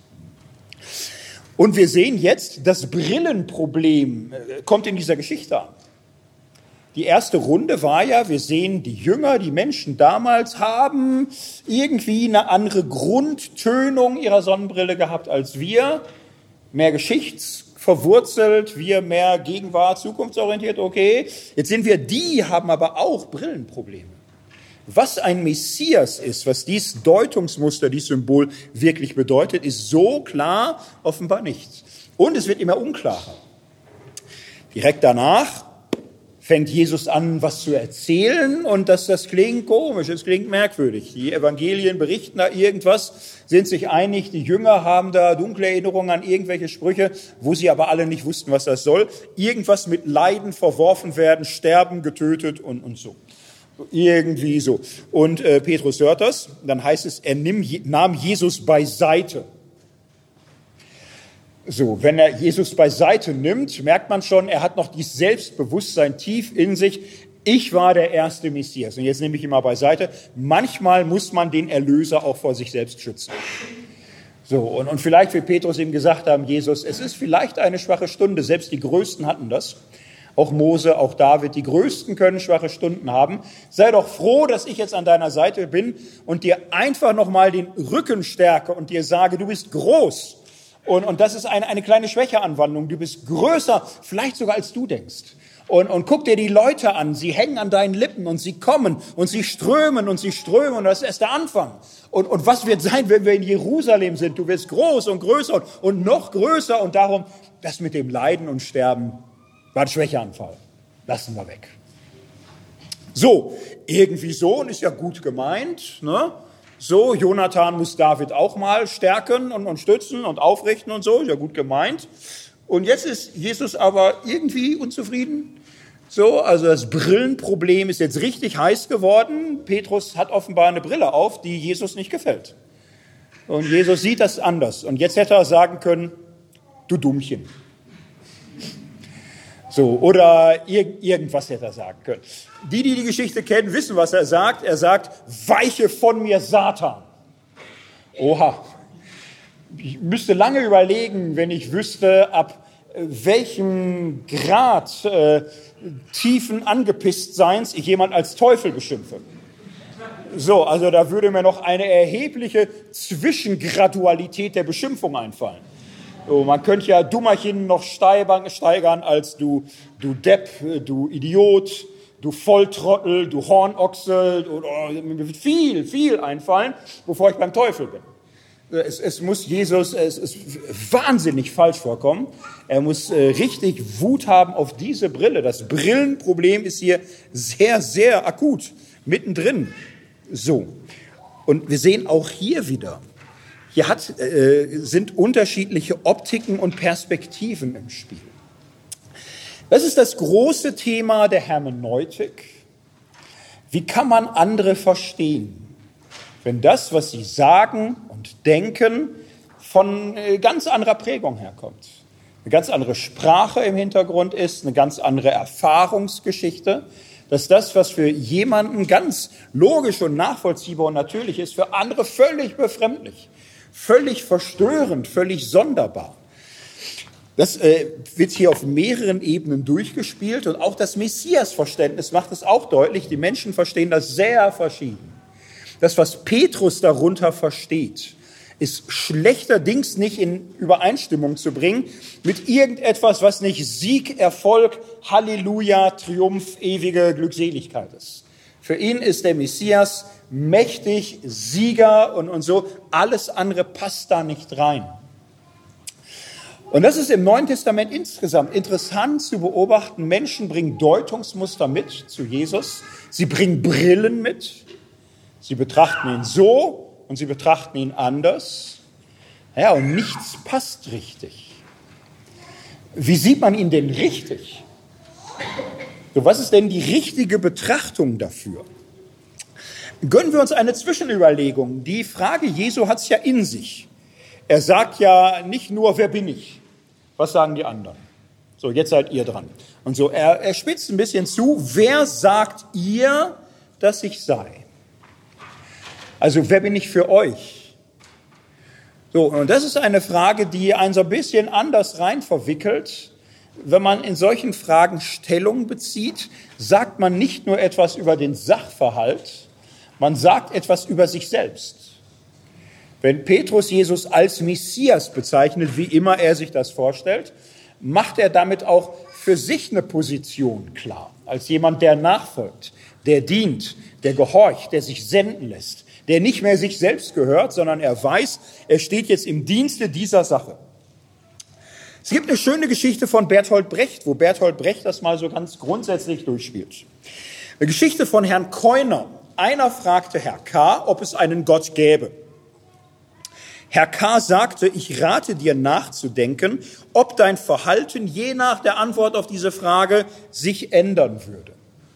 S1: Und wir sehen jetzt, das Brillenproblem kommt in dieser Geschichte an. Die erste Runde war ja, wir sehen, die Jünger, die Menschen damals haben irgendwie eine andere Grundtönung ihrer Sonnenbrille gehabt als wir. Mehr geschichtsverwurzelt, wir mehr Gegenwart, zukunftsorientiert, okay. Jetzt sind wir, die haben aber auch Brillenprobleme. Was ein Messias ist, was dies Deutungsmuster, dieses Symbol wirklich bedeutet, ist so klar offenbar nicht. Und es wird immer unklarer. Direkt danach fängt Jesus an, was zu erzählen und das, das klingt komisch, es klingt merkwürdig. Die Evangelien berichten da irgendwas, sind sich einig, die Jünger haben da dunkle Erinnerungen an irgendwelche Sprüche, wo sie aber alle nicht wussten, was das soll. Irgendwas mit Leiden, verworfen werden, sterben, getötet und, und so. Irgendwie so. Und äh, Petrus hört das, dann heißt es, er nimm, nahm Jesus beiseite. So, wenn er Jesus beiseite nimmt, merkt man schon, er hat noch dieses Selbstbewusstsein tief in sich. Ich war der erste Messias. Und jetzt nehme ich ihn mal beiseite. Manchmal muss man den Erlöser auch vor sich selbst schützen. So, und, und vielleicht will Petrus ihm gesagt haben, Jesus, es ist vielleicht eine schwache Stunde. Selbst die Größten hatten das. Auch Mose, auch David, die Größten können schwache Stunden haben. Sei doch froh, dass ich jetzt an deiner Seite bin und dir einfach nochmal den Rücken stärke und dir sage, du bist groß. Und, und das ist eine, eine kleine Schwächeanwandlung. Du bist größer, vielleicht sogar als du denkst. Und, und guck dir die Leute an. Sie hängen an deinen Lippen und sie kommen und sie strömen und sie strömen. Und das ist erst der Anfang. Und, und was wird sein, wenn wir in Jerusalem sind? Du wirst groß und größer und, und noch größer. Und darum, das mit dem Leiden und Sterben war ein Schwächeanfall. Lassen wir weg. So, irgendwie so, und ist ja gut gemeint, ne? So, Jonathan muss David auch mal stärken und, und stützen und aufrichten und so, ist ja gut gemeint. Und jetzt ist Jesus aber irgendwie unzufrieden. So, also das Brillenproblem ist jetzt richtig heiß geworden. Petrus hat offenbar eine Brille auf, die Jesus nicht gefällt. Und Jesus sieht das anders. Und jetzt hätte er sagen können, du Dummchen. So, oder ir- irgendwas hätte er sagen können. Die, die die Geschichte kennen, wissen, was er sagt. Er sagt, weiche von mir, Satan. Oha. Ich müsste lange überlegen, wenn ich wüsste, ab welchem Grad äh, tiefen Angepisstseins ich jemand als Teufel beschimpfe. So, also da würde mir noch eine erhebliche Zwischengradualität der Beschimpfung einfallen. So, man könnte ja Dummerchen noch steigern, steigern als du, du Depp, du Idiot, du Volltrottel, du Hornochse. Oder, mir wird viel, viel einfallen, bevor ich beim Teufel bin. Es, es muss Jesus, es ist wahnsinnig falsch vorkommen. Er muss äh, richtig Wut haben auf diese Brille. Das Brillenproblem ist hier sehr, sehr akut, mittendrin. So, und wir sehen auch hier wieder, hier hat, äh, sind unterschiedliche Optiken und Perspektiven im Spiel. Das ist das große Thema der Hermeneutik. Wie kann man andere verstehen, wenn das, was sie sagen und denken, von äh, ganz anderer Prägung herkommt? Eine ganz andere Sprache im Hintergrund ist, eine ganz andere Erfahrungsgeschichte. Dass das, was für jemanden ganz logisch und nachvollziehbar und natürlich ist, für andere völlig befremdlich. Völlig verstörend, völlig sonderbar. Das äh, wird hier auf mehreren Ebenen durchgespielt und auch das Messias-Verständnis macht es auch deutlich. Die Menschen verstehen das sehr verschieden. Das, was Petrus darunter versteht, ist schlechterdings nicht in Übereinstimmung zu bringen mit irgendetwas, was nicht Sieg, Erfolg, Halleluja, Triumph, ewige Glückseligkeit ist. Für ihn ist der Messias mächtig, Sieger und, und so. Alles andere passt da nicht rein. Und das ist im Neuen Testament insgesamt interessant zu beobachten. Menschen bringen Deutungsmuster mit zu Jesus. Sie bringen Brillen mit. Sie betrachten ihn so und sie betrachten ihn anders. Ja, und nichts passt richtig. Wie sieht man ihn denn richtig? So, was ist denn die richtige Betrachtung dafür? Gönnen wir uns eine Zwischenüberlegung. Die Frage Jesu hat es ja in sich. Er sagt ja nicht nur, wer bin ich? Was sagen die anderen? So, jetzt seid ihr dran. Und so, er, er spitzt ein bisschen zu. Wer sagt ihr, dass ich sei? Also, wer bin ich für euch? So, und das ist eine Frage, die einen so ein bisschen anders rein verwickelt. Wenn man in solchen Fragen Stellung bezieht, sagt man nicht nur etwas über den Sachverhalt, man sagt etwas über sich selbst. Wenn Petrus Jesus als Messias bezeichnet, wie immer er sich das vorstellt, macht er damit auch für sich eine Position klar. Als jemand, der nachfolgt, der dient, der gehorcht, der sich senden lässt, der nicht mehr sich selbst gehört, sondern er weiß, er steht jetzt im Dienste dieser Sache. Es gibt eine schöne Geschichte von Bertolt Brecht, wo Bertolt Brecht das mal so ganz grundsätzlich durchspielt. Eine Geschichte von Herrn Keuner. Einer fragte Herr K., ob es einen Gott gäbe. Herr K. sagte, ich rate dir nachzudenken, ob dein Verhalten je nach der Antwort auf diese Frage sich ändern würde.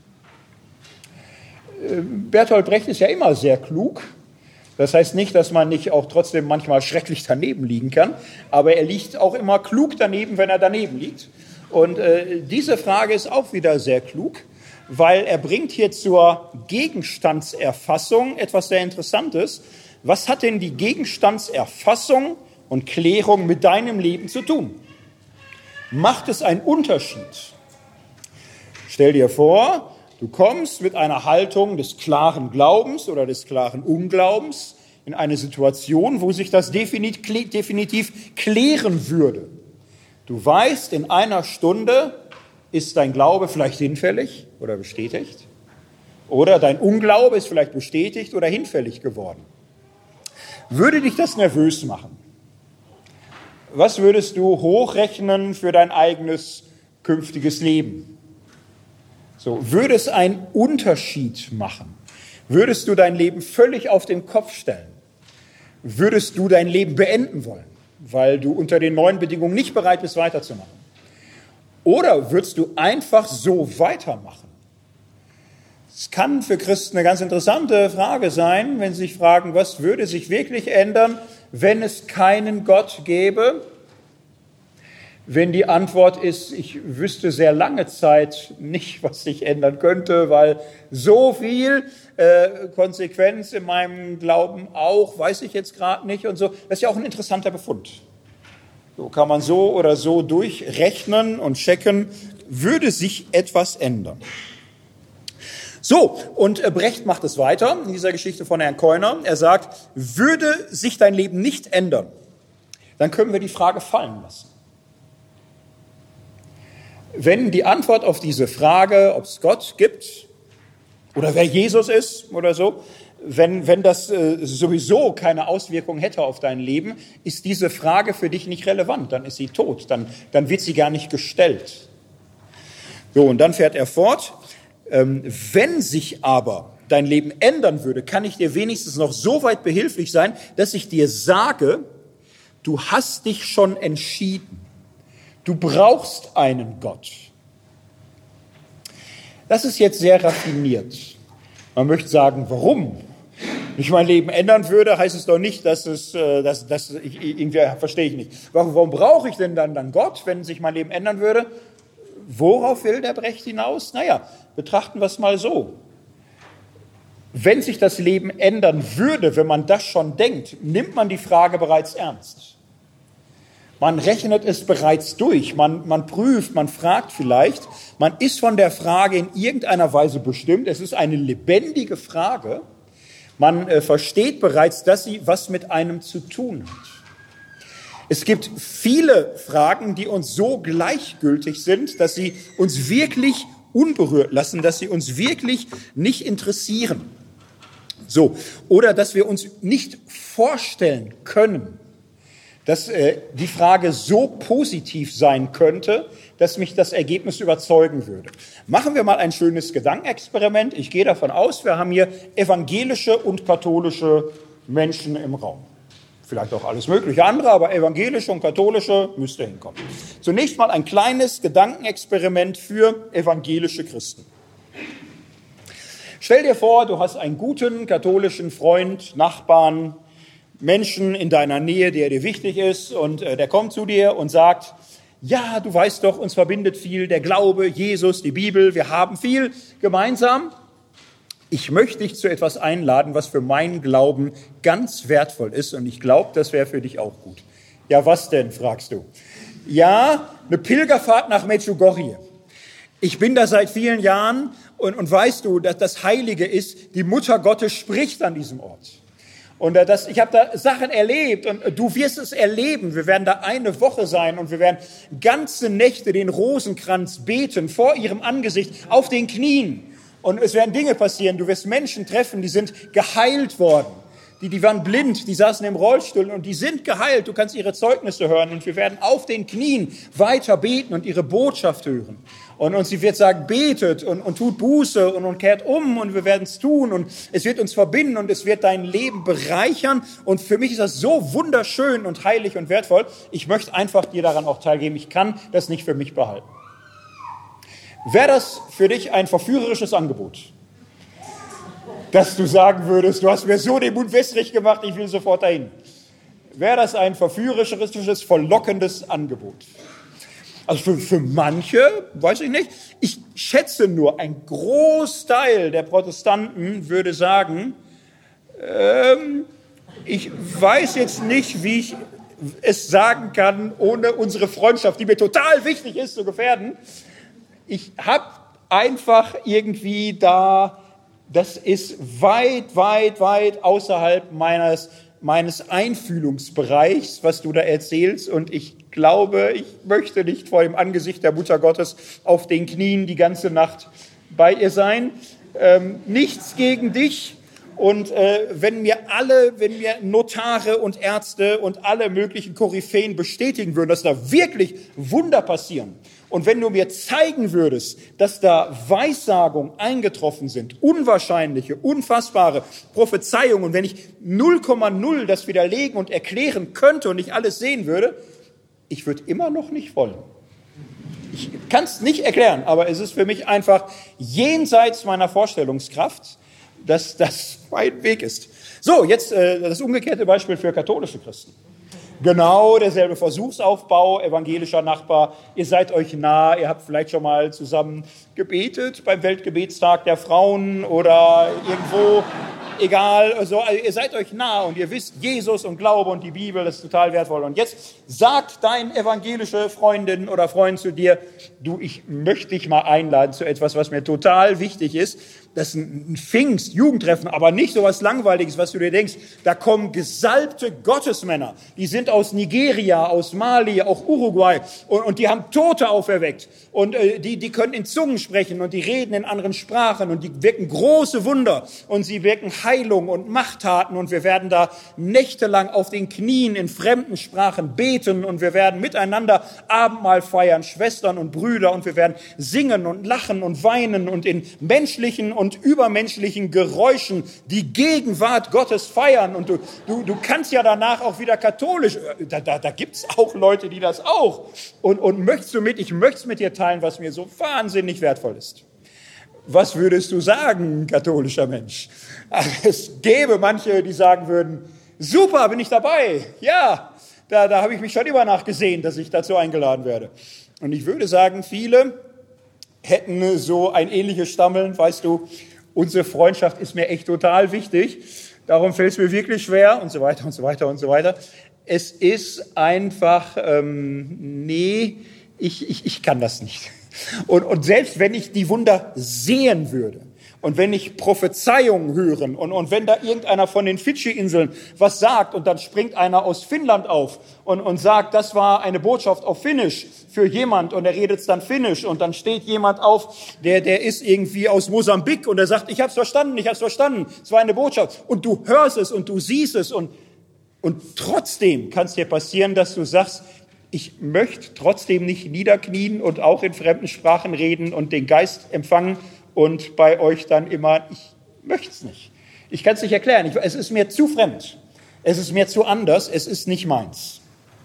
S1: Bertolt Brecht ist ja immer sehr klug. Das heißt nicht, dass man nicht auch trotzdem manchmal schrecklich daneben liegen kann, aber er liegt auch immer klug daneben, wenn er daneben liegt. Und äh, diese Frage ist auch wieder sehr klug, weil er bringt hier zur Gegenstandserfassung etwas sehr Interessantes. Was hat denn die Gegenstandserfassung und Klärung mit deinem Leben zu tun? Macht es einen Unterschied? Stell dir vor, du kommst mit einer Haltung des klaren Glaubens oder des klaren Unglaubens in eine Situation, wo sich das definitiv klären würde. Du weißt, in einer Stunde ist dein Glaube vielleicht hinfällig oder bestätigt, oder dein Unglaube ist vielleicht bestätigt oder hinfällig geworden. Würde dich das nervös machen? Was würdest du hochrechnen für dein eigenes künftiges Leben? So, würde es einen Unterschied machen? Würdest du dein Leben völlig auf den Kopf stellen? Würdest du dein Leben beenden wollen, weil du unter den neuen Bedingungen nicht bereit bist, weiterzumachen? Oder würdest du einfach so weitermachen? Es kann für Christen eine ganz interessante Frage sein, wenn sie sich fragen, was würde sich wirklich ändern, wenn es keinen Gott gäbe? Wenn die Antwort ist, ich wüsste sehr lange Zeit nicht, was sich ändern könnte, weil so viel äh, Konsequenz in meinem Glauben auch, weiß ich jetzt gerade nicht und so. Das ist ja auch ein interessanter Befund. So kann man so oder so durchrechnen und checken, würde sich etwas ändern. So, und Brecht macht es weiter in dieser Geschichte von Herrn Keuner. Er sagt, würde sich dein Leben nicht ändern, dann können wir die Frage fallen lassen. Wenn die Antwort auf diese Frage, ob es Gott gibt oder wer Jesus ist oder so, wenn, wenn das äh, sowieso keine Auswirkung hätte auf dein Leben, ist diese Frage für dich nicht relevant, dann ist sie tot, dann, dann wird sie gar nicht gestellt. So, und dann fährt er fort. Ähm, wenn sich aber dein Leben ändern würde, kann ich dir wenigstens noch so weit behilflich sein, dass ich dir sage, du hast dich schon entschieden. Du brauchst einen Gott. Das ist jetzt sehr raffiniert. Man möchte sagen, warum? Wenn ich mein Leben ändern würde, heißt es doch nicht, dass es, dass, dass ich, irgendwie verstehe ich nicht. Warum, warum brauche ich denn dann, dann Gott, wenn sich mein Leben ändern würde? Worauf will der Brecht hinaus? Naja, betrachten wir es mal so. Wenn sich das Leben ändern würde, wenn man das schon denkt, nimmt man die Frage bereits ernst. Man rechnet es bereits durch, man, man prüft, man fragt vielleicht, man ist von der Frage in irgendeiner Weise bestimmt, es ist eine lebendige Frage, man äh, versteht bereits, dass sie was mit einem zu tun hat. Es gibt viele Fragen, die uns so gleichgültig sind, dass sie uns wirklich unberührt lassen, dass sie uns wirklich nicht interessieren. So, oder dass wir uns nicht vorstellen können, dass äh, die Frage so positiv sein könnte, dass mich das Ergebnis überzeugen würde. Machen wir mal ein schönes Gedankenexperiment. Ich gehe davon aus, wir haben hier evangelische und katholische Menschen im Raum. Vielleicht auch alles mögliche andere, aber evangelische und katholische müsste hinkommen. Zunächst mal ein kleines Gedankenexperiment für evangelische Christen. Stell dir vor, du hast einen guten katholischen Freund, Nachbarn, Menschen in deiner Nähe, der dir wichtig ist, und äh, der kommt zu dir und sagt, ja, du weißt doch, uns verbindet viel, der Glaube, Jesus, die Bibel, wir haben viel gemeinsam. Ich möchte dich zu etwas einladen, was für meinen Glauben ganz wertvoll ist, und ich glaube, das wäre für dich auch gut. Ja, was denn, fragst du? Ja, eine Pilgerfahrt nach Medjugorje. Ich bin da seit vielen Jahren und, und weißt du, dass das Heilige ist, die Mutter Gottes spricht an diesem Ort. Und das, ich habe da Sachen erlebt und du wirst es erleben. Wir werden da eine Woche sein und wir werden ganze Nächte den Rosenkranz beten vor ihrem Angesicht auf den Knien. Und es werden Dinge passieren. Du wirst Menschen treffen, die sind geheilt worden. die, die waren blind, die saßen im Rollstuhl und die sind geheilt. Du kannst ihre Zeugnisse hören und wir werden auf den Knien weiter beten und ihre Botschaft hören. Und, und sie wird sagen, betet und, und tut Buße und, und kehrt um und wir werden es tun und es wird uns verbinden und es wird dein Leben bereichern. Und für mich ist das so wunderschön und heilig und wertvoll. Ich möchte einfach dir daran auch teilgeben. Ich kann das nicht für mich behalten. Wäre das für dich ein verführerisches Angebot? Dass du sagen würdest, du hast mir so den Mund wässrig gemacht, ich will sofort dahin. Wäre das ein verführerisches, verlockendes Angebot? Also für, für manche, weiß ich nicht, ich schätze nur, ein Großteil der Protestanten würde sagen, ähm, ich weiß jetzt nicht, wie ich es sagen kann, ohne unsere Freundschaft, die mir total wichtig ist, zu gefährden. Ich habe einfach irgendwie da, das ist weit, weit, weit außerhalb meines, meines Einfühlungsbereichs, was du da erzählst. Und ich glaube, ich möchte nicht vor dem Angesicht der Mutter Gottes auf den Knien die ganze Nacht bei ihr sein. Ähm, nichts gegen dich. Und äh, wenn mir alle, wenn mir Notare und Ärzte und alle möglichen Koryphäen bestätigen würden, dass da wirklich Wunder passieren, und wenn du mir zeigen würdest, dass da Weissagungen eingetroffen sind, unwahrscheinliche, unfassbare Prophezeiungen, und wenn ich null Komma null das widerlegen und erklären könnte und ich alles sehen würde, ich würde immer noch nicht wollen. Ich kann es nicht erklären, aber es ist für mich einfach jenseits meiner Vorstellungskraft, dass das mein Weg ist. So, jetzt äh, das umgekehrte Beispiel für katholische Christen. Genau derselbe Versuchsaufbau, evangelischer Nachbar, ihr seid euch nah, ihr habt vielleicht schon mal zusammen gebetet beim Weltgebetstag der Frauen oder irgendwo, egal, also ihr seid euch nah und ihr wisst, Jesus und Glaube und die Bibel, das ist total wertvoll. Und jetzt sagt dein evangelische Freundin oder Freund zu dir, du, ich möchte dich mal einladen zu etwas, was mir total wichtig ist. Das ist ein Pfingst, Jugendtreffen, aber nicht so was Langweiliges, was du dir denkst. Da kommen gesalbte Gottesmänner. Die sind aus Nigeria, aus Mali, auch Uruguay. Und, und die haben Tote auferweckt. Und äh, die, die können in Zungen sprechen und die reden in anderen Sprachen. Und die wirken große Wunder. Und sie wirken Heilung und Machttaten. Und wir werden da nächtelang auf den Knien in fremden Sprachen beten. Und wir werden miteinander Abendmahl feiern, Schwestern und Brüder. Und wir werden singen und lachen und weinen und in menschlichen und übermenschlichen Geräuschen die Gegenwart Gottes feiern. Und du, du, du kannst ja danach auch wieder katholisch, da, da, da gibt es auch Leute, die das auch. Und, und möchtest du mit, ich möchte es mit dir teilen, was mir so wahnsinnig wertvoll ist. Was würdest du sagen, katholischer Mensch? Es gäbe manche, die sagen würden, super, bin ich dabei. Ja, da, da habe ich mich schon immer nachgesehen, dass ich dazu eingeladen werde. Und ich würde sagen, viele hätten so ein ähnliches Stammeln, weißt du, unsere Freundschaft ist mir echt total wichtig, darum fällt es mir wirklich schwer und so weiter und so weiter und so weiter. Es ist einfach, ähm, nee, ich, ich, ich kann das nicht. Und, und selbst wenn ich die Wunder sehen würde, und wenn ich Prophezeiungen hören und, und wenn da irgendeiner von den Fidschi-Inseln was sagt und dann springt einer aus Finnland auf und, und sagt, das war eine Botschaft auf Finnisch für jemand und er redet es dann Finnisch und dann steht jemand auf, der, der ist irgendwie aus Mosambik und er sagt, ich habe es verstanden, ich habe es verstanden, es war eine Botschaft und du hörst es und du siehst es und, und trotzdem kann es dir passieren, dass du sagst, ich möchte trotzdem nicht niederknien und auch in fremden Sprachen reden und den Geist empfangen, und bei euch dann immer, ich möchte es nicht. Ich kann es nicht erklären. Ich, es ist mir zu fremd. Es ist mir zu anders. Es ist nicht meins.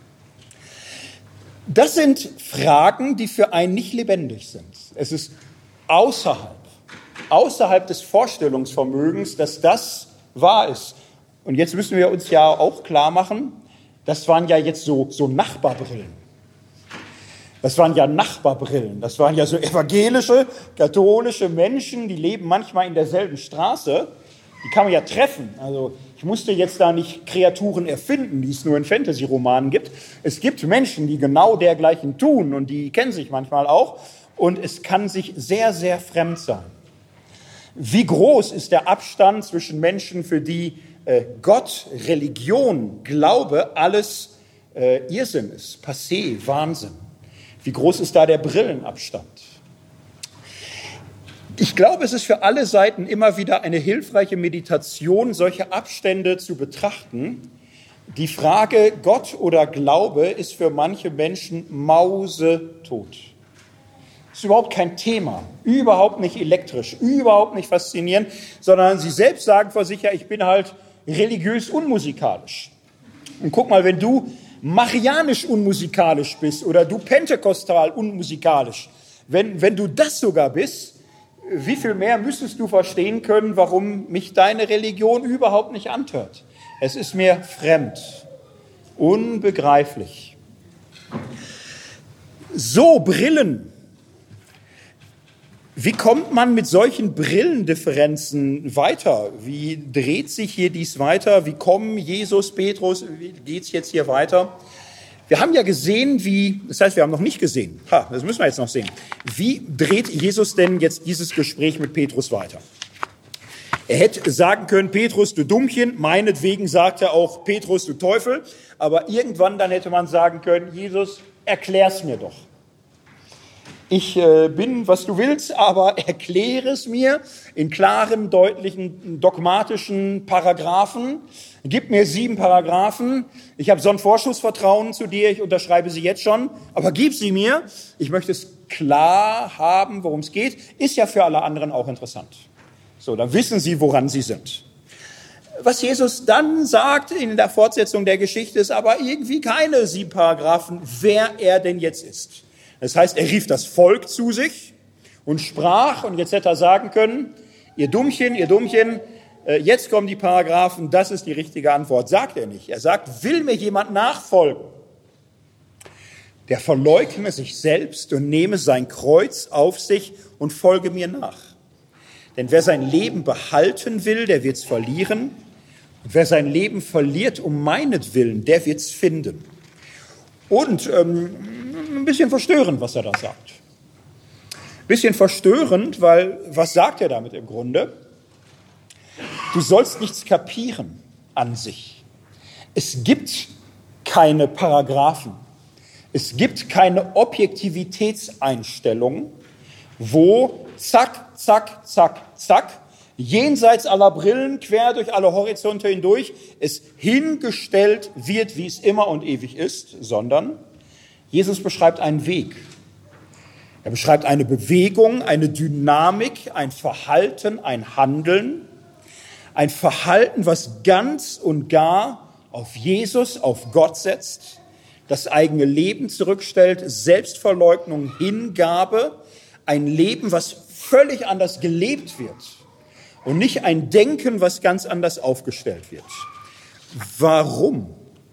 S1: Das sind Fragen, die für einen nicht lebendig sind. Es ist außerhalb, außerhalb des Vorstellungsvermögens, dass das wahr ist. Und jetzt müssen wir uns ja auch klar machen, das waren ja jetzt so, so Nachbarbrillen. Das waren ja Nachbarbrillen, das waren ja so evangelische, katholische Menschen, die leben manchmal in derselben Straße, die kann man ja treffen. Also ich musste jetzt da nicht Kreaturen erfinden, die es nur in Fantasy-Romanen gibt. Es gibt Menschen, die genau dergleichen tun und die kennen sich manchmal auch und es kann sich sehr, sehr fremd sein. Wie groß ist der Abstand zwischen Menschen, für die äh, Gott, Religion, Glaube alles äh, Irrsinn ist, Passé, Wahnsinn? Wie groß ist da der Brillenabstand? Ich glaube, es ist für alle Seiten immer wieder eine hilfreiche Meditation, solche Abstände zu betrachten. Die Frage Gott oder Glaube ist für manche Menschen mausetot. Ist überhaupt kein Thema, überhaupt nicht elektrisch, überhaupt nicht faszinierend, sondern sie selbst sagen vor sich, ja, ich bin halt religiös unmusikalisch. Und guck mal, wenn du marianisch unmusikalisch bist oder du pentekostal unmusikalisch, wenn, wenn du das sogar bist, wie viel mehr müsstest du verstehen können, warum mich deine Religion überhaupt nicht antört? Es ist mir fremd, unbegreiflich. So, Brillen. Wie kommt man mit solchen Brillendifferenzen weiter? Wie dreht sich hier dies weiter? Wie kommen Jesus, Petrus, wie geht's jetzt hier weiter? Wir haben ja gesehen, wie, das heißt, wir haben noch nicht gesehen, ha, das müssen wir jetzt noch sehen. Wie dreht Jesus denn jetzt dieses Gespräch mit Petrus weiter? Er hätte sagen können, Petrus, du Dummchen, meinetwegen sagt er auch, Petrus, du Teufel, aber irgendwann dann hätte man sagen können, Jesus, erklär's mir doch. Ich äh, bin, was du willst, aber erkläre es mir in klaren, deutlichen, dogmatischen Paragraphen. Gib mir sieben Paragraphen. Ich habe so ein Vorschussvertrauen zu dir, ich unterschreibe sie jetzt schon, aber gib sie mir. Ich möchte es klar haben, worum es geht. Ist ja für alle anderen auch interessant. So, dann wissen sie, woran sie sind. Was Jesus dann sagt in der Fortsetzung der Geschichte, ist aber irgendwie keine sieben Paragraphen, wer er denn jetzt ist. Das heißt, er rief das Volk zu sich und sprach, und jetzt hätte er sagen können, ihr Dummchen, ihr Dummchen, jetzt kommen die Paragraphen, das ist die richtige Antwort. Sagt er nicht. Er sagt, will mir jemand nachfolgen, der verleugne sich selbst und nehme sein Kreuz auf sich und folge mir nach. Denn wer sein Leben behalten will, der wird's verlieren. Und wer sein Leben verliert um meinetwillen, der wird's finden. Und ähm, ein bisschen verstörend, was er da sagt. Ein bisschen verstörend, weil was sagt er damit im Grunde? Du sollst nichts kapieren an sich. Es gibt keine Paragraphen. Es gibt keine Objektivitätseinstellung, wo zack, zack, zack, zack, jenseits aller Brillen, quer durch alle Horizonte hindurch, es hingestellt wird, wie es immer und ewig ist, sondern Jesus beschreibt einen Weg. Er beschreibt eine Bewegung, eine Dynamik, ein Verhalten, ein Handeln, ein Verhalten, was ganz und gar auf Jesus, auf Gott setzt, das eigene Leben zurückstellt, Selbstverleugnung, Hingabe, ein Leben, was völlig anders gelebt wird und nicht ein Denken, was ganz anders aufgestellt wird. Warum?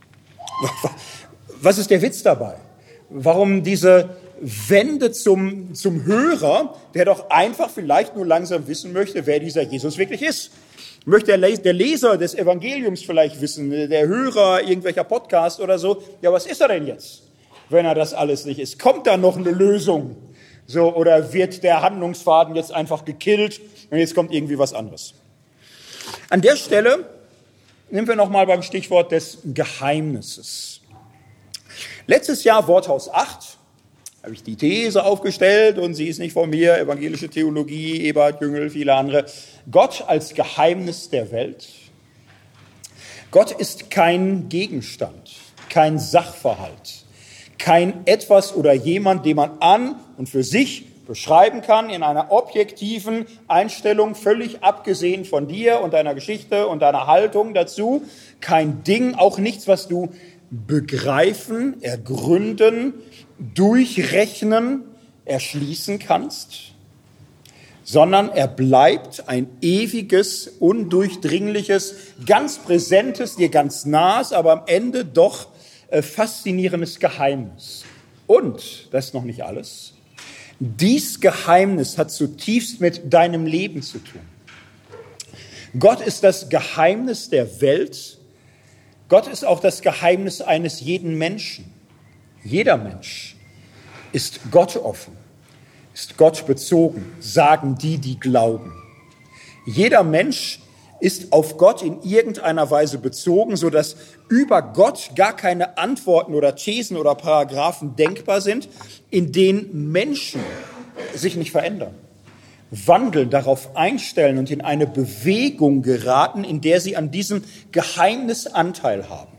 S1: Was ist der Witz dabei? Warum diese Wende zum, zum Hörer, der doch einfach vielleicht nur langsam wissen möchte, wer dieser Jesus wirklich ist? Möchte der Leser des Evangeliums vielleicht wissen, der Hörer irgendwelcher Podcasts oder so, ja, was ist er denn jetzt, wenn er das alles nicht ist? Kommt da noch eine Lösung? So, oder wird der Handlungsfaden jetzt einfach gekillt und jetzt kommt irgendwie was anderes? An der Stelle nehmen wir nochmal beim Stichwort des Geheimnisses. Letztes Jahr, Worthaus acht, habe ich die These aufgestellt, und sie ist nicht von mir, evangelische Theologie, Eberhard Jüngel, viele andere. Gott als Geheimnis der Welt. Gott ist kein Gegenstand, kein Sachverhalt, kein etwas oder jemand, den man an und für sich beschreiben kann in einer objektiven Einstellung, völlig abgesehen von dir und deiner Geschichte und deiner Haltung dazu. Kein Ding, auch nichts, was du begreifen, ergründen, durchrechnen, erschließen kannst, sondern er bleibt ein ewiges, undurchdringliches, ganz präsentes, dir ganz nahes, aber am Ende doch äh, faszinierendes Geheimnis. Und, das ist noch nicht alles, dies Geheimnis hat zutiefst mit deinem Leben zu tun. Gott ist das Geheimnis der Welt. Gott ist auch das Geheimnis eines jeden Menschen. Jeder Mensch ist Gott offen, ist Gott bezogen, sagen die, die glauben. Jeder Mensch ist auf Gott in irgendeiner Weise bezogen, sodass über Gott gar keine Antworten oder Thesen oder Paragraphen denkbar sind, in denen Menschen sich nicht verändern. wandeln, darauf einstellen und in eine Bewegung geraten, in der sie an diesem Geheimnis Anteil haben.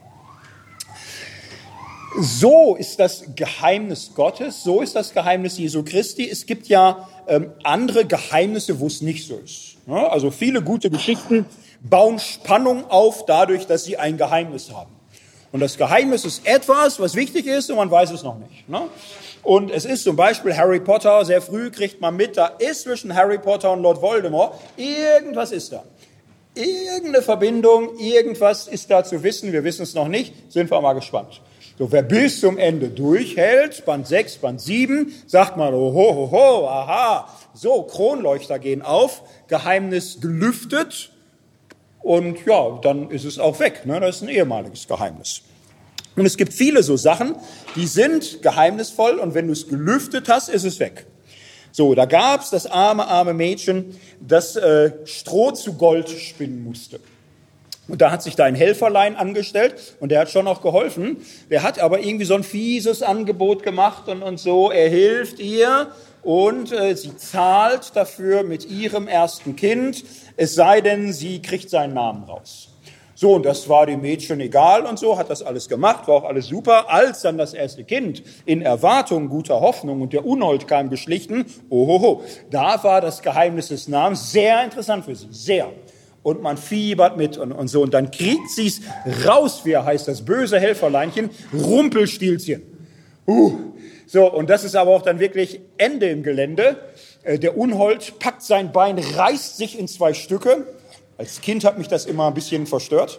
S1: So ist das Geheimnis Gottes, so ist das Geheimnis Jesu Christi. Es gibt ja ähm, andere Geheimnisse, wo es nicht so ist. Ja, also viele gute Geschichten bauen Spannung auf dadurch, dass sie ein Geheimnis haben. Und das Geheimnis ist etwas, was wichtig ist und man weiß es noch nicht. Ne? Und es ist zum Beispiel Harry Potter, sehr früh kriegt man mit, da ist zwischen Harry Potter und Lord Voldemort, irgendwas ist da. Irgendeine Verbindung, irgendwas ist da zu wissen, wir wissen es noch nicht, sind wir mal gespannt. So, wer bis zum Ende durchhält, Band sechs, Band sieben, sagt man, oh, ho, ho, ho, aha, so, Kronleuchter gehen auf, Geheimnis gelüftet und ja, dann ist es auch weg, ne? Das ist ein ehemaliges Geheimnis. Und es gibt viele so Sachen, die sind geheimnisvoll und wenn du es gelüftet hast, ist es weg. So, da gab's das arme, arme Mädchen, das äh, Stroh zu Gold spinnen musste. Und da hat sich da ein Helferlein angestellt und der hat schon auch geholfen. Der hat aber irgendwie so ein fieses Angebot gemacht und, und so. Er hilft ihr und äh, sie zahlt dafür mit ihrem ersten Kind, es sei denn, sie kriegt seinen Namen raus. So, und das war dem Mädchen egal und so, hat das alles gemacht, war auch alles super. Als dann das erste Kind in Erwartung, guter Hoffnung und der Unhold kam geschlichen, ohoho, da war das Geheimnis des Namens sehr interessant für sie, sehr. Und man fiebert mit und, und so. Und dann kriegt sie es raus, wie er heißt, das böse Helferleinchen, Rumpelstilzchen. Uh. So, und das ist aber auch dann wirklich Ende im Gelände. Äh, der Unhold packt sein Bein, reißt sich in zwei Stücke. Als Kind hat mich das immer ein bisschen verstört.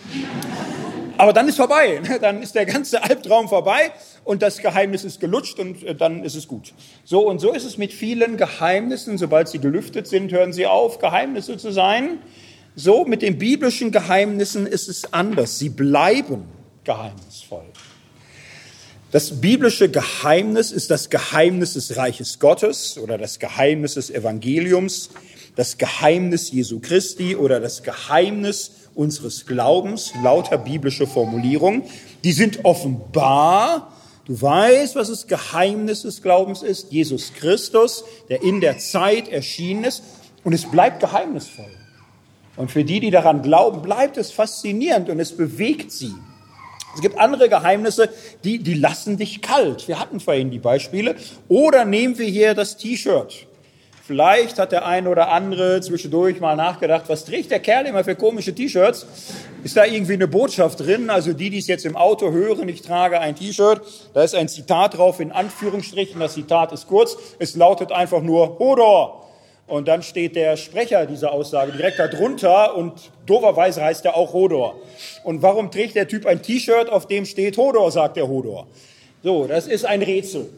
S1: Aber dann ist vorbei. Dann ist der ganze Albtraum vorbei und das Geheimnis ist gelutscht und äh, dann ist es gut. So, und so ist es mit vielen Geheimnissen. Sobald sie gelüftet sind, hören sie auf, Geheimnisse zu sein. So, mit den biblischen Geheimnissen ist es anders. Sie bleiben geheimnisvoll. Das biblische Geheimnis ist das Geheimnis des Reiches Gottes oder das Geheimnis des Evangeliums, das Geheimnis Jesu Christi oder das Geheimnis unseres Glaubens, lauter biblische Formulierungen. Die sind offenbar. Du weißt, was das Geheimnis des Glaubens ist. Jesus Christus, der in der Zeit erschienen ist. Und es bleibt geheimnisvoll. Und für die, die daran glauben, bleibt es faszinierend und es bewegt sie. Es gibt andere Geheimnisse, die, die lassen dich kalt. Wir hatten vorhin die Beispiele. Oder nehmen wir hier das T-Shirt. Vielleicht hat der eine oder andere zwischendurch mal nachgedacht, was trägt der Kerl immer für komische T-Shirts? Ist da irgendwie eine Botschaft drin? Also die, die es jetzt im Auto hören, ich trage ein T-Shirt, da ist ein Zitat drauf in Anführungsstrichen, das Zitat ist kurz, es lautet einfach nur Hodor. Und dann steht der Sprecher dieser Aussage direkt darunter und dooferweise heißt er auch Hodor. Und warum trägt der Typ ein T-Shirt, auf dem steht Hodor, sagt der Hodor? So, das ist ein Rätsel.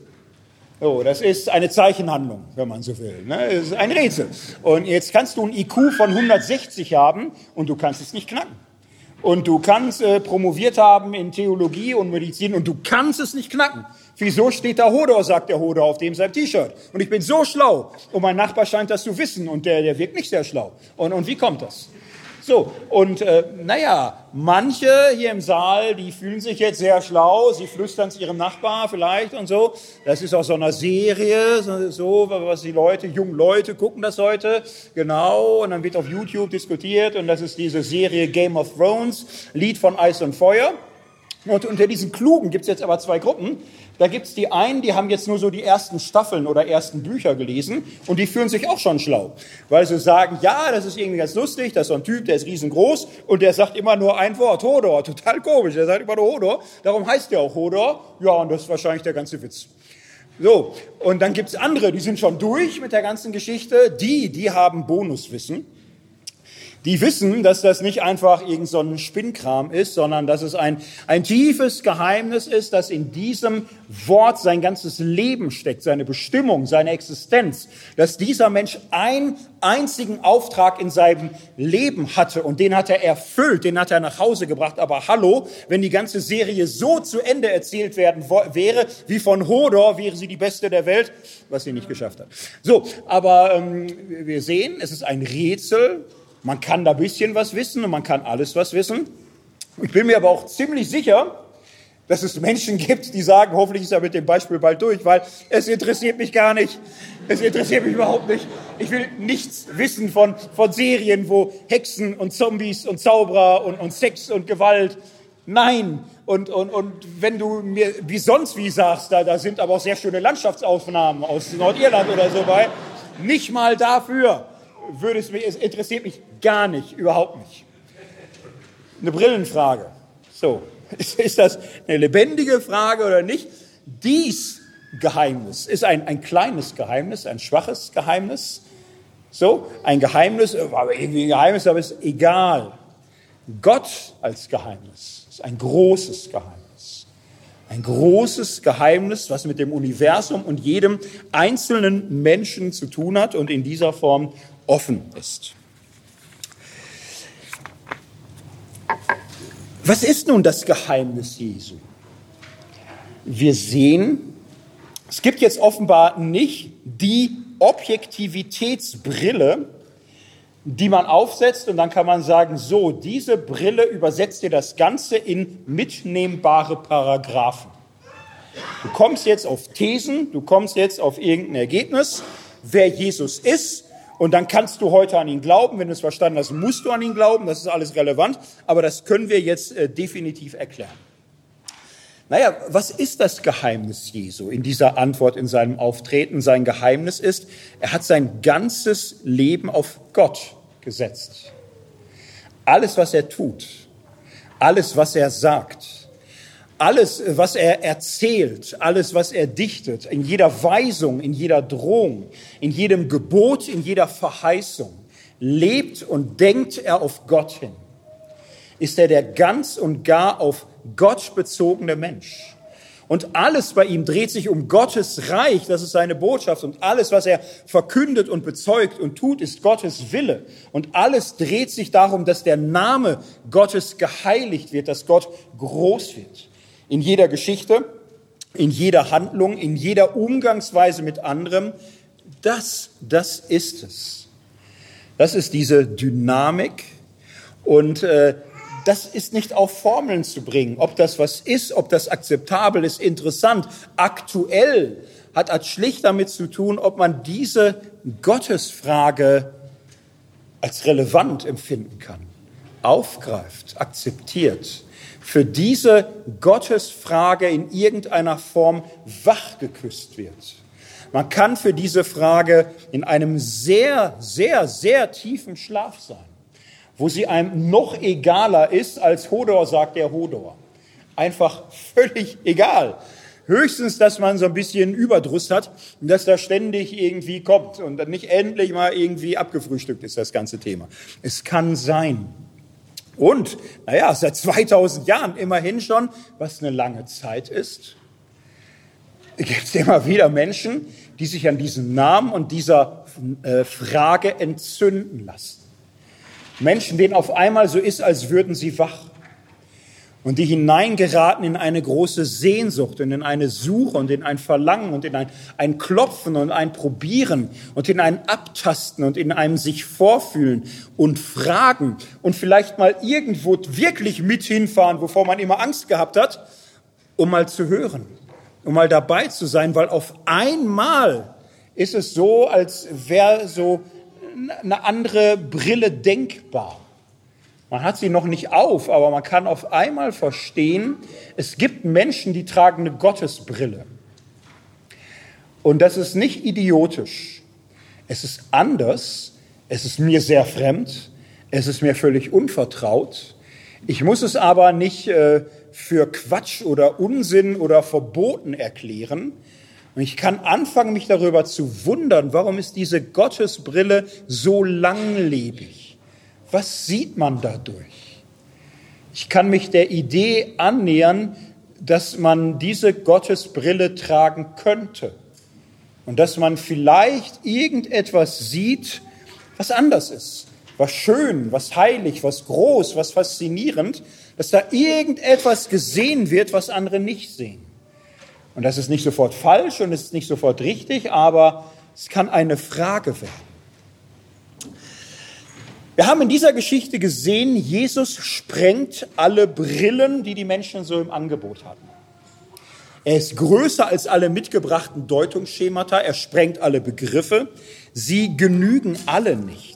S1: So, das ist eine Zeichenhandlung, wenn man so will. Ne? Das ist ein Rätsel. Und jetzt kannst du ein I Q von hundertsechzig haben und du kannst es nicht knacken. Und du kannst äh, promoviert haben in Theologie und Medizin und du kannst es nicht knacken. Wieso steht da Hodor, sagt der Hodor auf dem seinem T-Shirt. Und ich bin so schlau und mein Nachbar scheint das zu wissen und der, der wirkt nicht sehr schlau. Und, und wie kommt das? So, und äh, naja, manche hier im Saal, die fühlen sich jetzt sehr schlau, sie flüstern es ihrem Nachbar vielleicht und so. Das ist aus so einer Serie, so, so was die Leute, jungen Leute gucken das heute, genau, und dann wird auf YouTube diskutiert und das ist diese Serie Game of Thrones, Lied von Eis und Feuer. Und unter diesen Klugen gibt es jetzt aber zwei Gruppen. Da gibt es die einen, die haben jetzt nur so die ersten Staffeln oder ersten Bücher gelesen und die fühlen sich auch schon schlau, weil sie sagen, ja, das ist irgendwie ganz lustig, das ist so ein Typ, der ist riesengroß und der sagt immer nur ein Wort, Hodor, total komisch, der sagt immer nur Hodor, darum heißt der auch Hodor, ja, und das ist wahrscheinlich der ganze Witz. So, und dann gibt es andere, die sind schon durch mit der ganzen Geschichte, die, die haben Bonuswissen. Die wissen, dass das nicht einfach irgend so ein Spinnkram ist, sondern dass es ein, ein tiefes Geheimnis ist, dass in diesem Wort sein ganzes Leben steckt, seine Bestimmung, seine Existenz, dass dieser Mensch einen einzigen Auftrag in seinem Leben hatte und den hat er erfüllt, den hat er nach Hause gebracht. Aber hallo, wenn die ganze Serie so zu Ende erzählt werden wäre, wie von Hodor, wäre sie die beste der Welt, was sie nicht geschafft hat. So, aber ähm, wir sehen, es ist ein Rätsel. Man kann da ein bisschen was wissen und man kann alles was wissen. Ich bin mir aber auch ziemlich sicher, dass es Menschen gibt, die sagen, hoffentlich ist er mit dem Beispiel bald durch, weil es interessiert mich gar nicht. Es interessiert mich überhaupt nicht. Ich will nichts wissen von, von Serien, wo Hexen und Zombies und Zauberer und, und Sex und Gewalt. Nein. Und, und, und wenn du mir wie sonst wie sagst, da, da sind aber auch sehr schöne Landschaftsaufnahmen aus Nordirland oder so bei. Nicht mal dafür würde es mich, es interessiert mich gar nicht, überhaupt nicht. Eine Brillenfrage. So, ist, ist das eine lebendige Frage oder nicht? Dies Geheimnis ist ein, ein kleines Geheimnis, ein schwaches Geheimnis. So, ein Geheimnis, aber irgendwie ein Geheimnis, aber ist egal. Gott als Geheimnis ist ein großes Geheimnis. Ein großes Geheimnis, was mit dem Universum und jedem einzelnen Menschen zu tun hat und in dieser Form offen ist. Was ist nun das Geheimnis Jesu? Wir sehen, es gibt jetzt offenbar nicht die Objektivitätsbrille, die man aufsetzt und dann kann man sagen, so, diese Brille übersetzt dir das Ganze in mitnehmbare Paragraphen. Du kommst jetzt auf Thesen, du kommst jetzt auf irgendein Ergebnis, wer Jesus ist, und dann kannst du heute an ihn glauben. Wenn du es verstanden hast, musst du an ihn glauben, das ist alles relevant, aber das können wir jetzt äh, definitiv erklären. Naja, was ist das Geheimnis Jesu in dieser Antwort, in seinem Auftreten? Sein Geheimnis ist, er hat sein ganzes Leben auf Gott gesetzt. Alles, was er tut, alles, was er sagt, alles, was er erzählt, alles, was er dichtet, in jeder Weisung, in jeder Drohung, in jedem Gebot, in jeder Verheißung, lebt und denkt er auf Gott hin. Ist er der ganz und gar auf Gott bezogene Mensch. Und alles bei ihm dreht sich um Gottes Reich, das ist seine Botschaft. Und alles, was er verkündet und bezeugt und tut, ist Gottes Wille. Und alles dreht sich darum, dass der Name Gottes geheiligt wird, dass Gott groß wird. In jeder Geschichte, in jeder Handlung, in jeder Umgangsweise mit anderem. Das, das ist es. Das ist diese Dynamik. Und äh, das ist nicht auf Formeln zu bringen. Ob das was ist, ob das akzeptabel ist, interessant, aktuell, hat als schlicht damit zu tun, ob man diese Gottesfrage als relevant empfinden kann, aufgreift, akzeptiert, für diese Gottesfrage in irgendeiner Form wachgeküsst wird. Man kann für diese Frage in einem sehr, sehr, sehr tiefen Schlaf sein, wo sie einem noch egaler ist als Hodor, sagt der Hodor. Einfach völlig egal. Höchstens, dass man so ein bisschen Überdruss hat und dass da ständig irgendwie kommt und dann nicht endlich mal irgendwie abgefrühstückt ist, das ganze Thema. Es kann sein. Und, naja, seit zweitausend Jahren immerhin schon, was eine lange Zeit ist, gibt es immer wieder Menschen, die sich an diesem Namen und dieser äh, Frage entzünden lassen. Menschen, denen auf einmal so ist, als würden sie wach. Und die hineingeraten in eine große Sehnsucht und in eine Suche und in ein Verlangen und in ein, ein Klopfen und ein Probieren und in ein Abtasten und in einem sich vorfühlen und fragen und vielleicht mal irgendwo wirklich mit hinfahren, wovor man immer Angst gehabt hat, um mal zu hören, um mal dabei zu sein, weil auf einmal ist es so, als wäre so eine andere Brille denkbar. Man hat sie noch nicht auf, aber man kann auf einmal verstehen, es gibt Menschen, die tragen eine Gottesbrille. Und das ist nicht idiotisch. Es ist anders, es ist mir sehr fremd, es ist mir völlig unvertraut. Ich muss es aber nicht äh, für Quatsch oder Unsinn oder verboten erklären. Und ich kann anfangen, mich darüber zu wundern, warum ist diese Gottesbrille so langlebig? Was sieht man dadurch? Ich kann mich der Idee annähern, dass man diese Gottesbrille tragen könnte und dass man vielleicht irgendetwas sieht, was anders ist, was schön, was heilig, was groß, was faszinierend, dass da irgendetwas gesehen wird, was andere nicht sehen. Und das ist nicht sofort falsch und es ist nicht sofort richtig, aber es kann eine Frage werden. Wir haben in dieser Geschichte gesehen, Jesus sprengt alle Brillen, die die Menschen so im Angebot hatten. Er ist größer als alle mitgebrachten Deutungsschemata, er sprengt alle Begriffe, sie genügen alle nicht.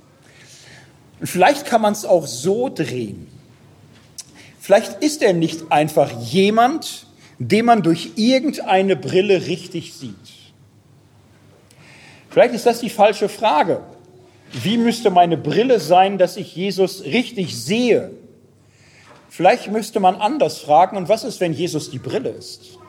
S1: Und vielleicht kann man es auch so drehen. Vielleicht ist er nicht einfach jemand, den man durch irgendeine Brille richtig sieht. Vielleicht ist das die falsche Frage. Wie müsste meine Brille sein, dass ich Jesus richtig sehe? Vielleicht müsste man anders fragen, und was ist, wenn Jesus die Brille ist?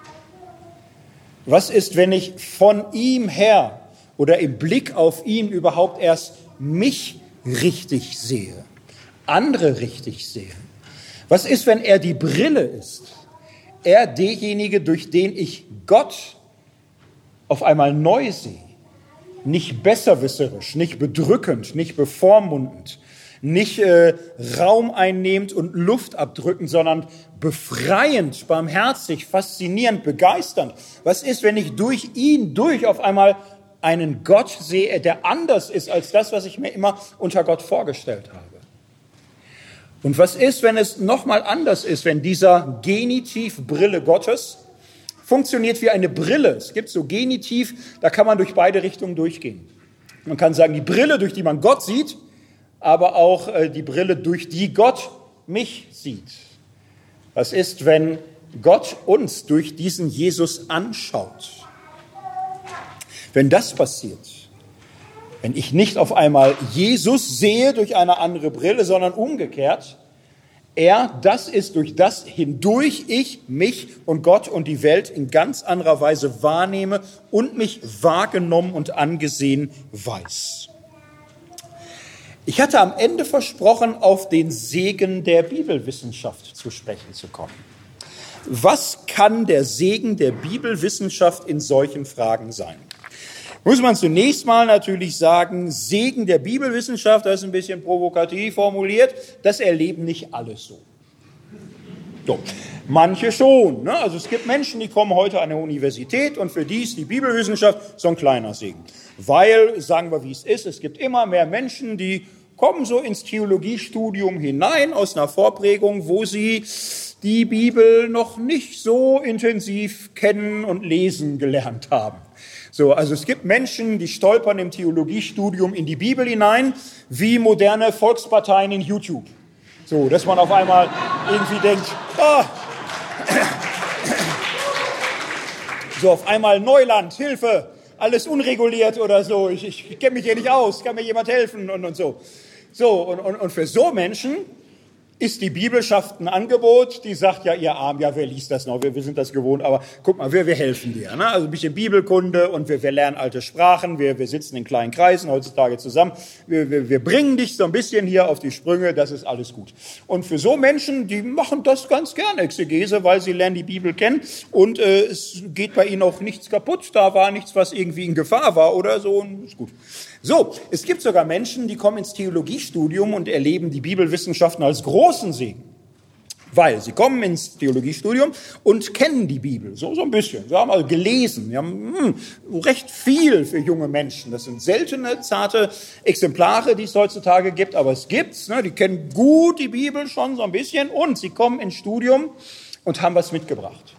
S1: Was ist, wenn ich von ihm her oder im Blick auf ihn überhaupt erst mich richtig sehe, andere richtig sehe? Was ist, wenn er die Brille ist? Er derjenige, durch den ich Gott auf einmal neu sehe. Nicht besserwisserisch, nicht bedrückend, nicht bevormundend, nicht äh, Raum einnehmend und Luft abdrückend, sondern befreiend, barmherzig, faszinierend, begeisternd. Was ist, wenn ich durch ihn durch auf einmal einen Gott sehe, der anders ist als das, was ich mir immer unter Gott vorgestellt habe? Und was ist, wenn es nochmal anders ist, wenn dieser Genitiv Brille Gottes funktioniert wie eine Brille? Es gibt so Genitiv, da kann man durch beide Richtungen durchgehen. Man kann sagen, die Brille, durch die man Gott sieht, aber auch äh, die Brille, durch die Gott mich sieht. Was ist, wenn Gott uns durch diesen Jesus anschaut? Wenn das passiert, wenn ich nicht auf einmal Jesus sehe durch eine andere Brille, sondern umgekehrt, er, das ist durch das hindurch ich mich und Gott und die Welt in ganz anderer Weise wahrnehme und mich wahrgenommen und angesehen weiß. Ich hatte am Ende versprochen, auf den Segen der Bibelwissenschaft zu sprechen zu kommen. Was kann der Segen der Bibelwissenschaft in solchen Fragen sein? Muss man zunächst mal natürlich sagen, Segen der Bibelwissenschaft, das ist ein bisschen provokativ formuliert, das erleben nicht alle so. So, manche schon. Ne? Also es gibt Menschen, die kommen heute an der Universität und für die ist die Bibelwissenschaft so ein kleiner Segen. Weil, sagen wir wie es ist, es gibt immer mehr Menschen, die kommen so ins Theologiestudium hinein aus einer Vorprägung, wo sie die Bibel noch nicht so intensiv kennen und lesen gelernt haben. So, also es gibt Menschen, die stolpern im Theologiestudium in die Bibel hinein, wie moderne Volksparteien in YouTube. So, dass man auf einmal irgendwie denkt, ah, so auf einmal Neuland, Hilfe, alles unreguliert oder so, ich, ich, ich kenne mich hier nicht aus, kann mir jemand helfen und, und so. So, und, und, und für so Menschen ist die Bibelschaft ein Angebot, die sagt, ja, ihr Arm, ja, wer liest das noch, wir, wir sind das gewohnt, aber guck mal, wir, wir helfen dir. Ne? Also ein bisschen Bibelkunde und wir, wir lernen alte Sprachen, wir, wir sitzen in kleinen Kreisen heutzutage zusammen, wir, wir, wir bringen dich so ein bisschen hier auf die Sprünge, das ist alles gut. Und für so Menschen, die machen das ganz gerne, Exegese, weil sie lernen die Bibel kennen und äh, es geht bei ihnen auch nichts kaputt, da war nichts, was irgendwie in Gefahr war oder so, und ist gut. So, es gibt sogar Menschen, die kommen ins Theologiestudium und erleben die Bibelwissenschaften als großen Segen. Weil sie kommen ins Theologiestudium und kennen die Bibel, so, so ein bisschen. Sie haben also gelesen, sie haben hm, recht viel für junge Menschen. Das sind seltene, zarte Exemplare, die es heutzutage gibt, aber es gibt's. Ne? Die kennen gut die Bibel schon so ein bisschen und sie kommen ins Studium und haben was mitgebracht.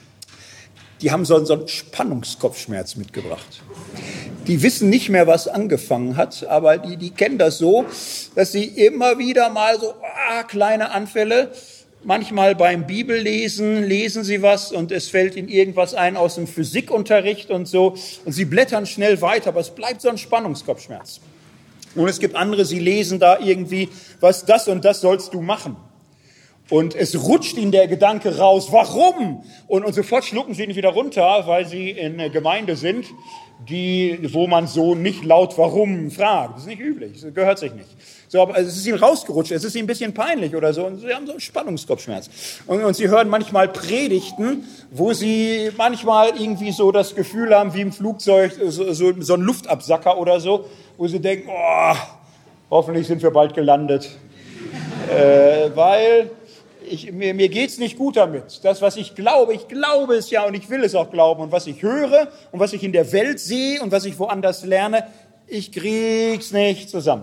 S1: Die haben so, so einen Spannungskopfschmerz mitgebracht. Die wissen nicht mehr, was angefangen hat, aber die, die kennen das so, dass sie immer wieder mal so ah, kleine Anfälle, manchmal beim Bibellesen lesen sie was und es fällt ihnen irgendwas ein aus dem Physikunterricht und so und sie blättern schnell weiter, aber es bleibt so ein Spannungskopfschmerz. Und es gibt andere, sie lesen da irgendwie, was das und das sollst du machen. Und es rutscht ihnen der Gedanke raus, warum? Und, und sofort schlucken sie ihn wieder runter, weil sie in einer Gemeinde sind, die, wo man so nicht laut warum fragt. Das ist nicht üblich, das gehört sich nicht. So, aber es ist ihnen rausgerutscht, es ist ihnen ein bisschen peinlich oder so. Und sie haben so einen Spannungskopfschmerz. Und, und sie hören manchmal Predigten, wo sie manchmal irgendwie so das Gefühl haben, wie im Flugzeug, so, so, so ein Luftabsacker oder so, wo sie denken, oh, hoffentlich sind wir bald gelandet. äh, weil... Ich, mir mir geht's nicht gut damit. Das, was ich glaube, ich glaube es ja und ich will es auch glauben. Und was ich höre und was ich in der Welt sehe und was ich woanders lerne, ich krieg's nicht zusammen.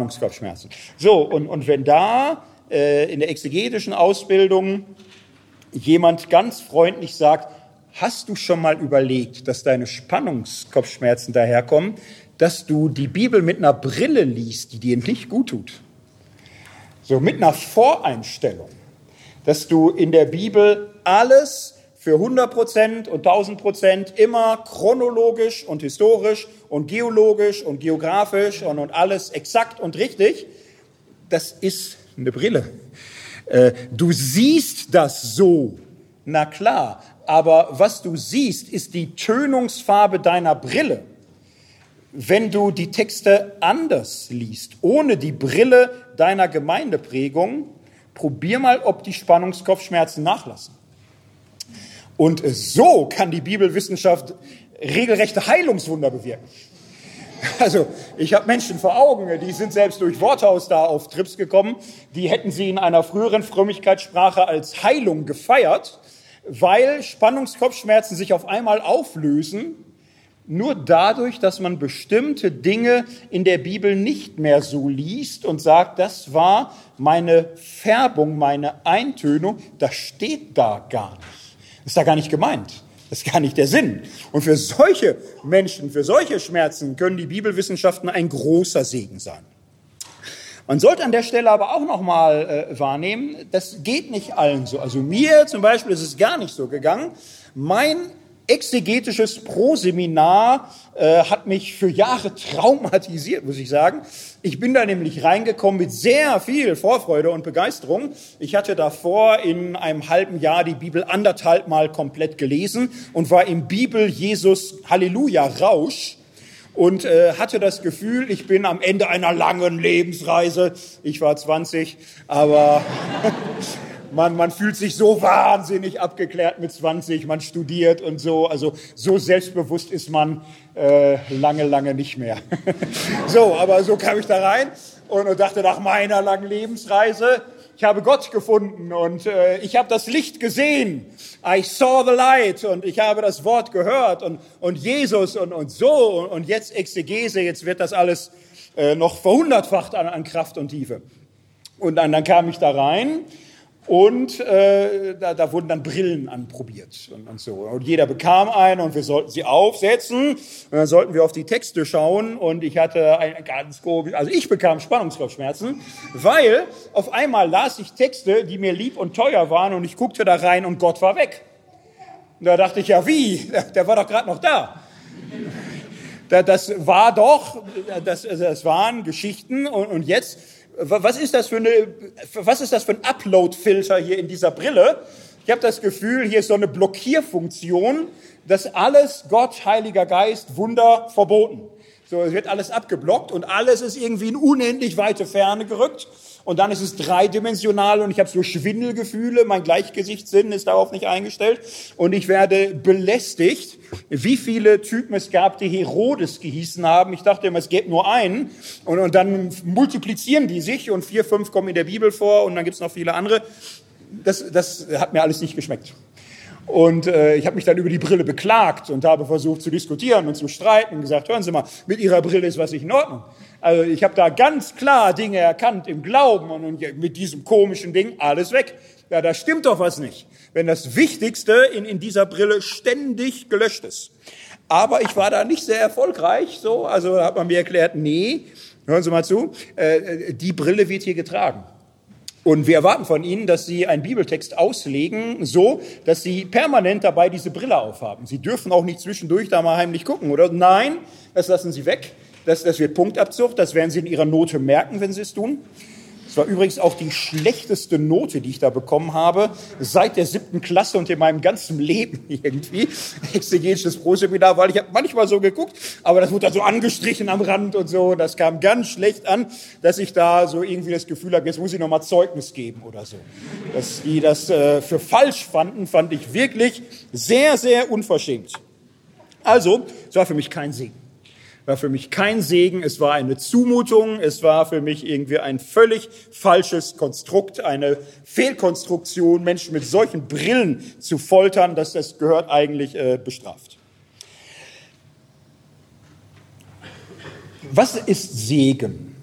S1: Spannungskopfschmerzen. So, und, und wenn da äh, in der exegetischen Ausbildung jemand ganz freundlich sagt, hast du schon mal überlegt, dass deine Spannungskopfschmerzen daherkommen, dass du die Bibel mit einer Brille liest, die dir nicht gut tut? So mit einer Voreinstellung, dass du in der Bibel alles für hundert Prozent und tausend Prozent immer chronologisch und historisch und geologisch und geografisch und, und alles exakt und richtig, das ist eine Brille. Äh, du siehst das so, na klar, aber was du siehst, ist die Tönungsfarbe deiner Brille. Wenn du die Texte anders liest, ohne die Brille deiner Gemeindeprägung, probier mal, ob die Spannungskopfschmerzen nachlassen. Und so kann die Bibelwissenschaft regelrechte Heilungswunder bewirken. Also ich habe Menschen vor Augen, die sind selbst durch Worthaus da auf Trips gekommen, die hätten sie in einer früheren Frömmigkeitssprache als Heilung gefeiert, weil Spannungskopfschmerzen sich auf einmal auflösen, nur dadurch, dass man bestimmte Dinge in der Bibel nicht mehr so liest und sagt, das war meine Färbung, meine Eintönung, das steht da gar nicht. Das ist da gar nicht gemeint. Das ist gar nicht der Sinn. Und für solche Menschen, für solche Schmerzen können die Bibelwissenschaften ein großer Segen sein. Man sollte an der Stelle aber auch noch mal äh, wahrnehmen, das geht nicht allen so. Also mir zum Beispiel ist es gar nicht so gegangen. Mein exegetisches Proseminar äh, hat mich für Jahre traumatisiert, muss ich sagen. Ich bin da nämlich reingekommen mit sehr viel Vorfreude und Begeisterung. Ich hatte davor in einem halben Jahr die Bibel anderthalb Mal komplett gelesen und war im Bibel-Jesus-Halleluja-Rausch und äh, hatte das Gefühl, ich bin am Ende einer langen Lebensreise. Ich war zwanzig, aber... Man, man fühlt sich so wahnsinnig abgeklärt mit zwanzig, man studiert und so, also so selbstbewusst ist man äh, lange, lange nicht mehr. So, aber so kam ich da rein und, und dachte, nach meiner langen Lebensreise, ich habe Gott gefunden und äh, ich habe das Licht gesehen. I saw the light und ich habe das Wort gehört und, und Jesus und, und so und, und jetzt Exegese, jetzt wird das alles äh, noch verhundertfacht an, an Kraft und Tiefe. Und dann, dann kam ich da rein. Und äh, da, da wurden dann Brillen anprobiert und, und so. Und jeder bekam eine und wir sollten sie aufsetzen. Und dann sollten wir auf die Texte schauen. Und ich hatte ein ganz komisch, also ich bekam Spannungskopfschmerzen, weil auf einmal las ich Texte, die mir lieb und teuer waren. Und ich guckte da rein und Gott war weg. Und da dachte ich, ja wie? Der war doch gerade noch da. Das war doch, das, das waren Geschichten und, und jetzt... Was ist das für eine, was ist das für ein Upload-Filter hier in dieser Brille? Ich habe das Gefühl, hier ist so eine Blockierfunktion, dass alles Gott, Heiliger Geist, Wunder verboten. So, es wird alles abgeblockt und alles ist irgendwie in unendlich weite Ferne gerückt. Und dann ist es dreidimensional und ich habe so Schwindelgefühle, mein Gleichgewichtssinn ist darauf nicht eingestellt und ich werde belästigt, wie viele Typen es gab, die Herodes gehießen haben. Ich dachte immer, es gäbe nur einen und, und dann multiplizieren die sich und vier, fünf kommen in der Bibel vor und dann gibt's noch viele andere. Das, das hat mir alles nicht geschmeckt. Und äh, ich habe mich dann über die Brille beklagt und habe versucht zu diskutieren und zu streiten und gesagt, hören Sie mal, mit Ihrer Brille ist was nicht in Ordnung. Also ich habe da ganz klar Dinge erkannt im Glauben und, und mit diesem komischen Ding alles weg. Ja, da stimmt doch was nicht, wenn das Wichtigste in, in dieser Brille ständig gelöscht ist. Aber ich war da nicht sehr erfolgreich, so, also hat man mir erklärt, nee, hören Sie mal zu, äh, die Brille wird hier getragen. Und wir erwarten von Ihnen, dass Sie einen Bibeltext auslegen, so, dass Sie permanent dabei diese Brille aufhaben. Sie dürfen auch nicht zwischendurch da mal heimlich gucken, oder? Nein, das lassen Sie weg. Das, das wird Punktabzug, das werden Sie in Ihrer Note merken, wenn Sie es tun. Das war übrigens auch die schlechteste Note, die ich da bekommen habe, seit der siebten Klasse und in meinem ganzen Leben irgendwie. Exegetisches Proseminar, weil ich habe manchmal so geguckt, aber das wurde dann so angestrichen am Rand und so. Das kam ganz schlecht an, dass ich da so irgendwie das Gefühl habe, jetzt muss ich noch mal Zeugnis geben oder so. Dass die das äh, für falsch fanden, fand ich wirklich sehr, sehr unverschämt. Also, es war für mich kein Segen. War für mich kein Segen, es war eine Zumutung, es war für mich irgendwie ein völlig falsches Konstrukt, eine Fehlkonstruktion, Menschen mit solchen Brillen zu foltern, dass das gehört eigentlich äh, bestraft. Was ist Segen?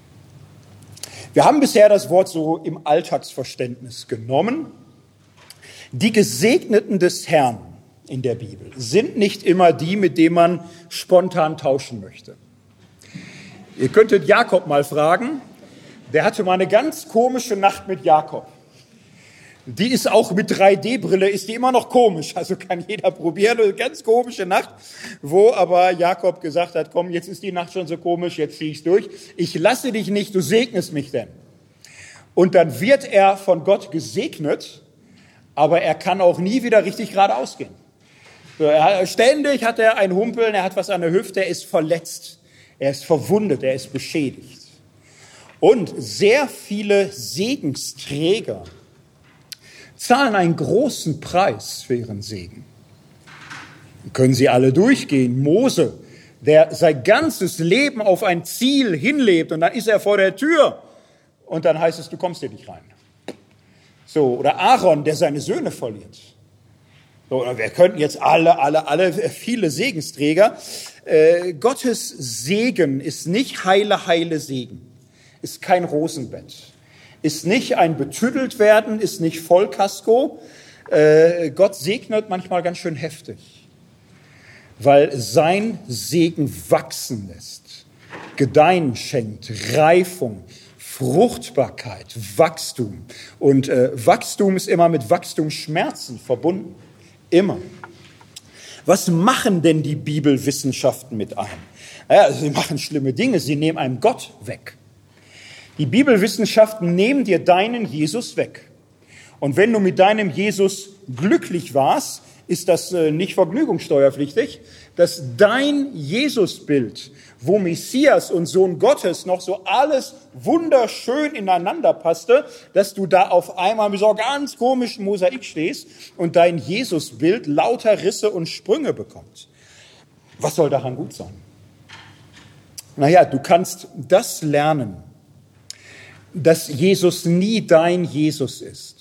S1: Wir haben bisher das Wort so im Alltagsverständnis genommen. Die Gesegneten des Herrn in der Bibel sind nicht immer die, mit denen man spontan tauschen möchte. Ihr könntet Jakob mal fragen, der hatte mal eine ganz komische Nacht mit Jakob. Die ist auch mit drei D Brille, ist die immer noch komisch, also kann jeder probieren, eine ganz komische Nacht, wo aber Jakob gesagt hat, komm, jetzt ist die Nacht schon so komisch, jetzt zieh ich's durch, ich lasse dich nicht, du segnest mich denn. Und dann wird er von Gott gesegnet, aber er kann auch nie wieder richtig geradeaus gehen. So, er, ständig hat er ein Humpeln, er hat was an der Hüfte, er ist verletzt, er ist verwundet, er ist beschädigt. Und sehr viele Segensträger zahlen einen großen Preis für ihren Segen. Dann können sie alle durchgehen. Mose, der sein ganzes Leben auf ein Ziel hinlebt und dann ist er vor der Tür und dann heißt es, du kommst hier nicht rein. So, oder Aaron, der seine Söhne verliert. So, oder wir könnten jetzt alle, alle, alle, viele Segensträger. Äh, Gottes Segen ist nicht heile, heile Segen, ist kein Rosenbett. Ist nicht ein betüdelt werden, ist nicht Vollkasko. Äh, Gott segnet manchmal ganz schön heftig, weil sein Segen wachsen lässt, Gedeihen schenkt, Reifung, Fruchtbarkeit, Wachstum. Und äh, Wachstum ist immer mit Wachstumsschmerzen verbunden, immer. Was machen denn die Bibelwissenschaften mit einem? Naja, sie machen schlimme Dinge, sie nehmen einem Gott weg. Die Bibelwissenschaften nehmen dir deinen Jesus weg. Und wenn du mit deinem Jesus glücklich warst, ist das nicht vergnügungssteuerpflichtig, dass dein Jesusbild, wo Messias und Sohn Gottes noch so alles wunderschön ineinander passte, dass du da auf einmal mit so einem ganz komischen Mosaik stehst und dein Jesusbild lauter Risse und Sprünge bekommt. Was soll daran gut sein? Naja, du kannst das lernen, dass Jesus nie dein Jesus ist,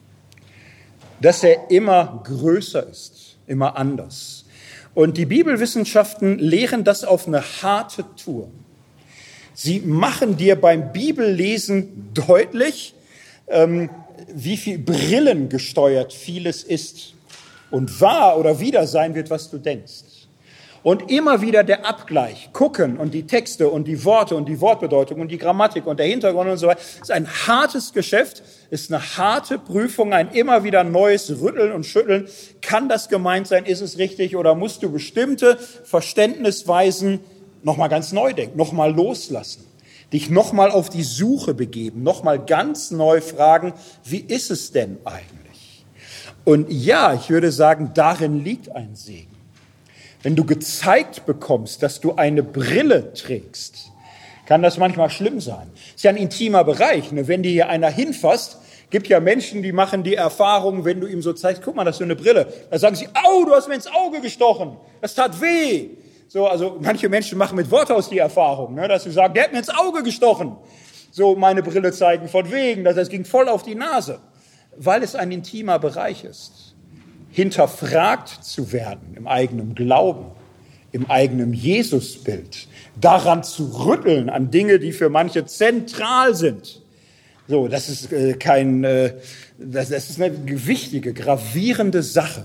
S1: dass er immer größer ist, immer anders. Und die Bibelwissenschaften lehren das auf eine harte Tour. Sie machen dir beim Bibellesen deutlich, ähm, wie viel Brillen gesteuert vieles ist und wahr oder wieder sein wird, was du denkst. Und immer wieder der Abgleich, gucken und die Texte und die Worte und die Wortbedeutung und die Grammatik und der Hintergrund und so weiter, ist ein hartes Geschäft, ist eine harte Prüfung, ein immer wieder neues Rütteln und Schütteln. Kann das gemeint sein? Ist es richtig? Oder musst du bestimmte Verständnisweisen nochmal ganz neu denken, nochmal loslassen, dich nochmal auf die Suche begeben, nochmal ganz neu fragen, wie ist es denn eigentlich? Und ja, ich würde sagen, darin liegt ein Segen. Wenn du gezeigt bekommst, dass du eine Brille trägst, kann das manchmal schlimm sein. Ist ja ein intimer Bereich. Ne? Wenn dir hier einer hinfasst, gibt ja Menschen, die machen die Erfahrung, wenn du ihm so zeigst, guck mal, das ist so eine Brille. Da sagen sie, au, du hast mir ins Auge gestochen. Das tat weh. So, also manche Menschen machen mit Worthaus die Erfahrung, ne? Dass sie sagen, der hat mir ins Auge gestochen. So, meine Brille zeigen von wegen, das, das ging voll auf die Nase. Weil es ein intimer Bereich ist. Hinterfragt zu werden im eigenen Glauben, im eigenen Jesusbild, daran zu rütteln an Dinge, die für manche zentral sind. So, das ist äh, kein, äh, das, das ist eine wichtige, gravierende Sache.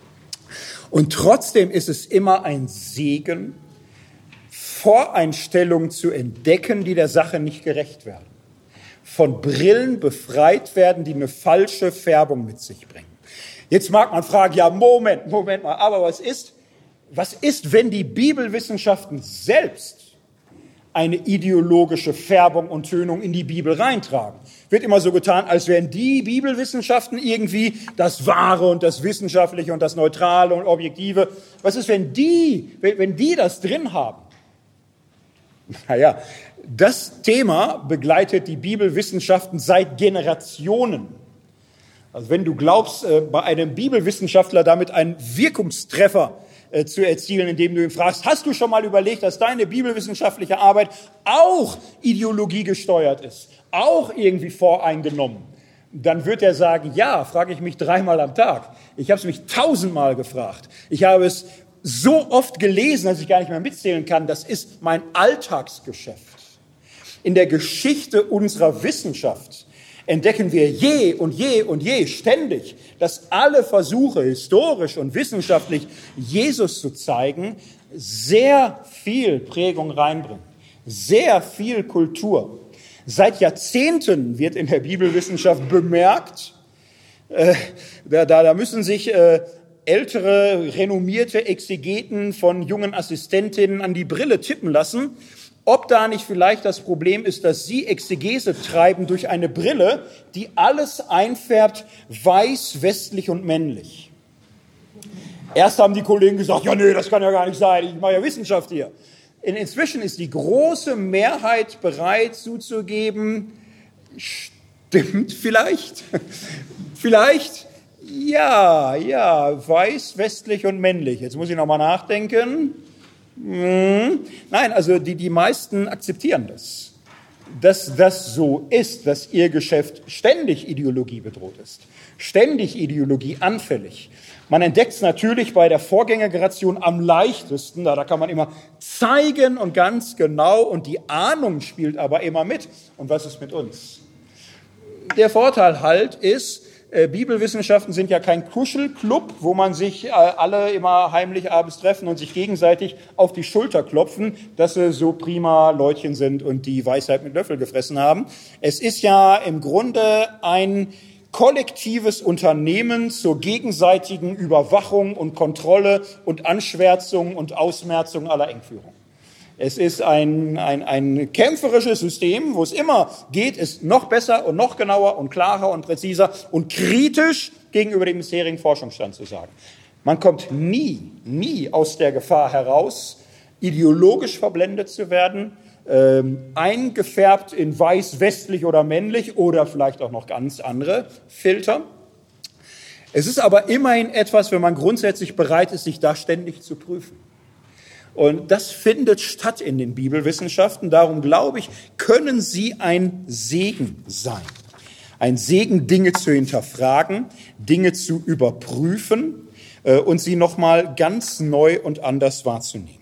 S1: Und trotzdem ist es immer ein Segen, Voreinstellungen zu entdecken, die der Sache nicht gerecht werden. Von Brillen befreit werden, die eine falsche Färbung mit sich bringen. Jetzt mag man fragen, ja, Moment, Moment mal, aber was ist, was ist, wenn die Bibelwissenschaften selbst eine ideologische Färbung und Tönung in die Bibel reintragen? Wird immer so getan, als wären die Bibelwissenschaften irgendwie das Wahre und das Wissenschaftliche und das Neutrale und Objektive. Was ist, wenn die, wenn, wenn die das drin haben? Naja, das Thema begleitet die Bibelwissenschaften seit Generationen. Also wenn du glaubst, bei einem Bibelwissenschaftler damit einen Wirkungstreffer zu erzielen, indem du ihn fragst, hast du schon mal überlegt, dass deine bibelwissenschaftliche Arbeit auch ideologiegesteuert ist, auch irgendwie voreingenommen? Dann wird er sagen, ja, frage ich mich dreimal am Tag. Ich habe es mich tausendmal gefragt. Ich habe es so oft gelesen, dass ich gar nicht mehr mitzählen kann. Das ist mein Alltagsgeschäft. In der Geschichte unserer Wissenschaft entdecken wir je und je und je ständig, dass alle Versuche, historisch und wissenschaftlich Jesus zu zeigen, sehr viel Prägung reinbringen, sehr viel Kultur. Seit Jahrzehnten wird in der Bibelwissenschaft bemerkt, äh, da, da müssen sich äh, ältere, renommierte Exegeten von jungen Assistentinnen an die Brille tippen lassen, ob da nicht vielleicht das Problem ist, dass sie Exegese treiben durch eine Brille, die alles einfärbt, weiß, westlich und männlich. Erst haben die Kollegen gesagt, ja nee, das kann ja gar nicht sein, ich mache ja Wissenschaft hier. Inzwischen ist die große Mehrheit bereit zuzugeben, stimmt vielleicht, vielleicht, ja, ja, weiß, westlich und männlich. Jetzt muss ich nochmal nachdenken. Hm. Nein, also die, die meisten akzeptieren das, dass das so ist, dass ihr Geschäft ständig Ideologie bedroht ist, ständig Ideologie anfällig. Man entdeckt es natürlich bei der Vorgängergeneration am leichtesten, da, da kann man immer zeigen und ganz genau und die Ahnung spielt aber immer mit. Und was ist mit uns? Der Vorteil halt ist, äh, Bibelwissenschaften sind ja kein Kuschelclub, wo man sich äh, alle immer heimlich abends treffen und sich gegenseitig auf die Schulter klopfen, dass sie so prima Leutchen sind und die Weisheit mit Löffel gefressen haben. Es ist ja im Grunde ein kollektives Unternehmen zur gegenseitigen Überwachung und Kontrolle und Anschwärzung und Ausmerzung aller Engführung. Es ist ein, ein, ein kämpferisches System, wo es immer geht, es noch besser und noch genauer und klarer und präziser und kritisch gegenüber dem bisherigen Forschungsstand zu sagen. Man kommt nie, nie aus der Gefahr heraus, ideologisch verblendet zu werden, Ähm, eingefärbt in weiß, westlich oder männlich oder vielleicht auch noch ganz andere Filter. Es ist aber immerhin etwas, wenn man grundsätzlich bereit ist, sich da ständig zu prüfen. Und das findet statt in den Bibelwissenschaften. Darum glaube ich, können sie ein Segen sein. Ein Segen, Dinge zu hinterfragen, Dinge zu überprüfen äh, und sie nochmal ganz neu und anders wahrzunehmen.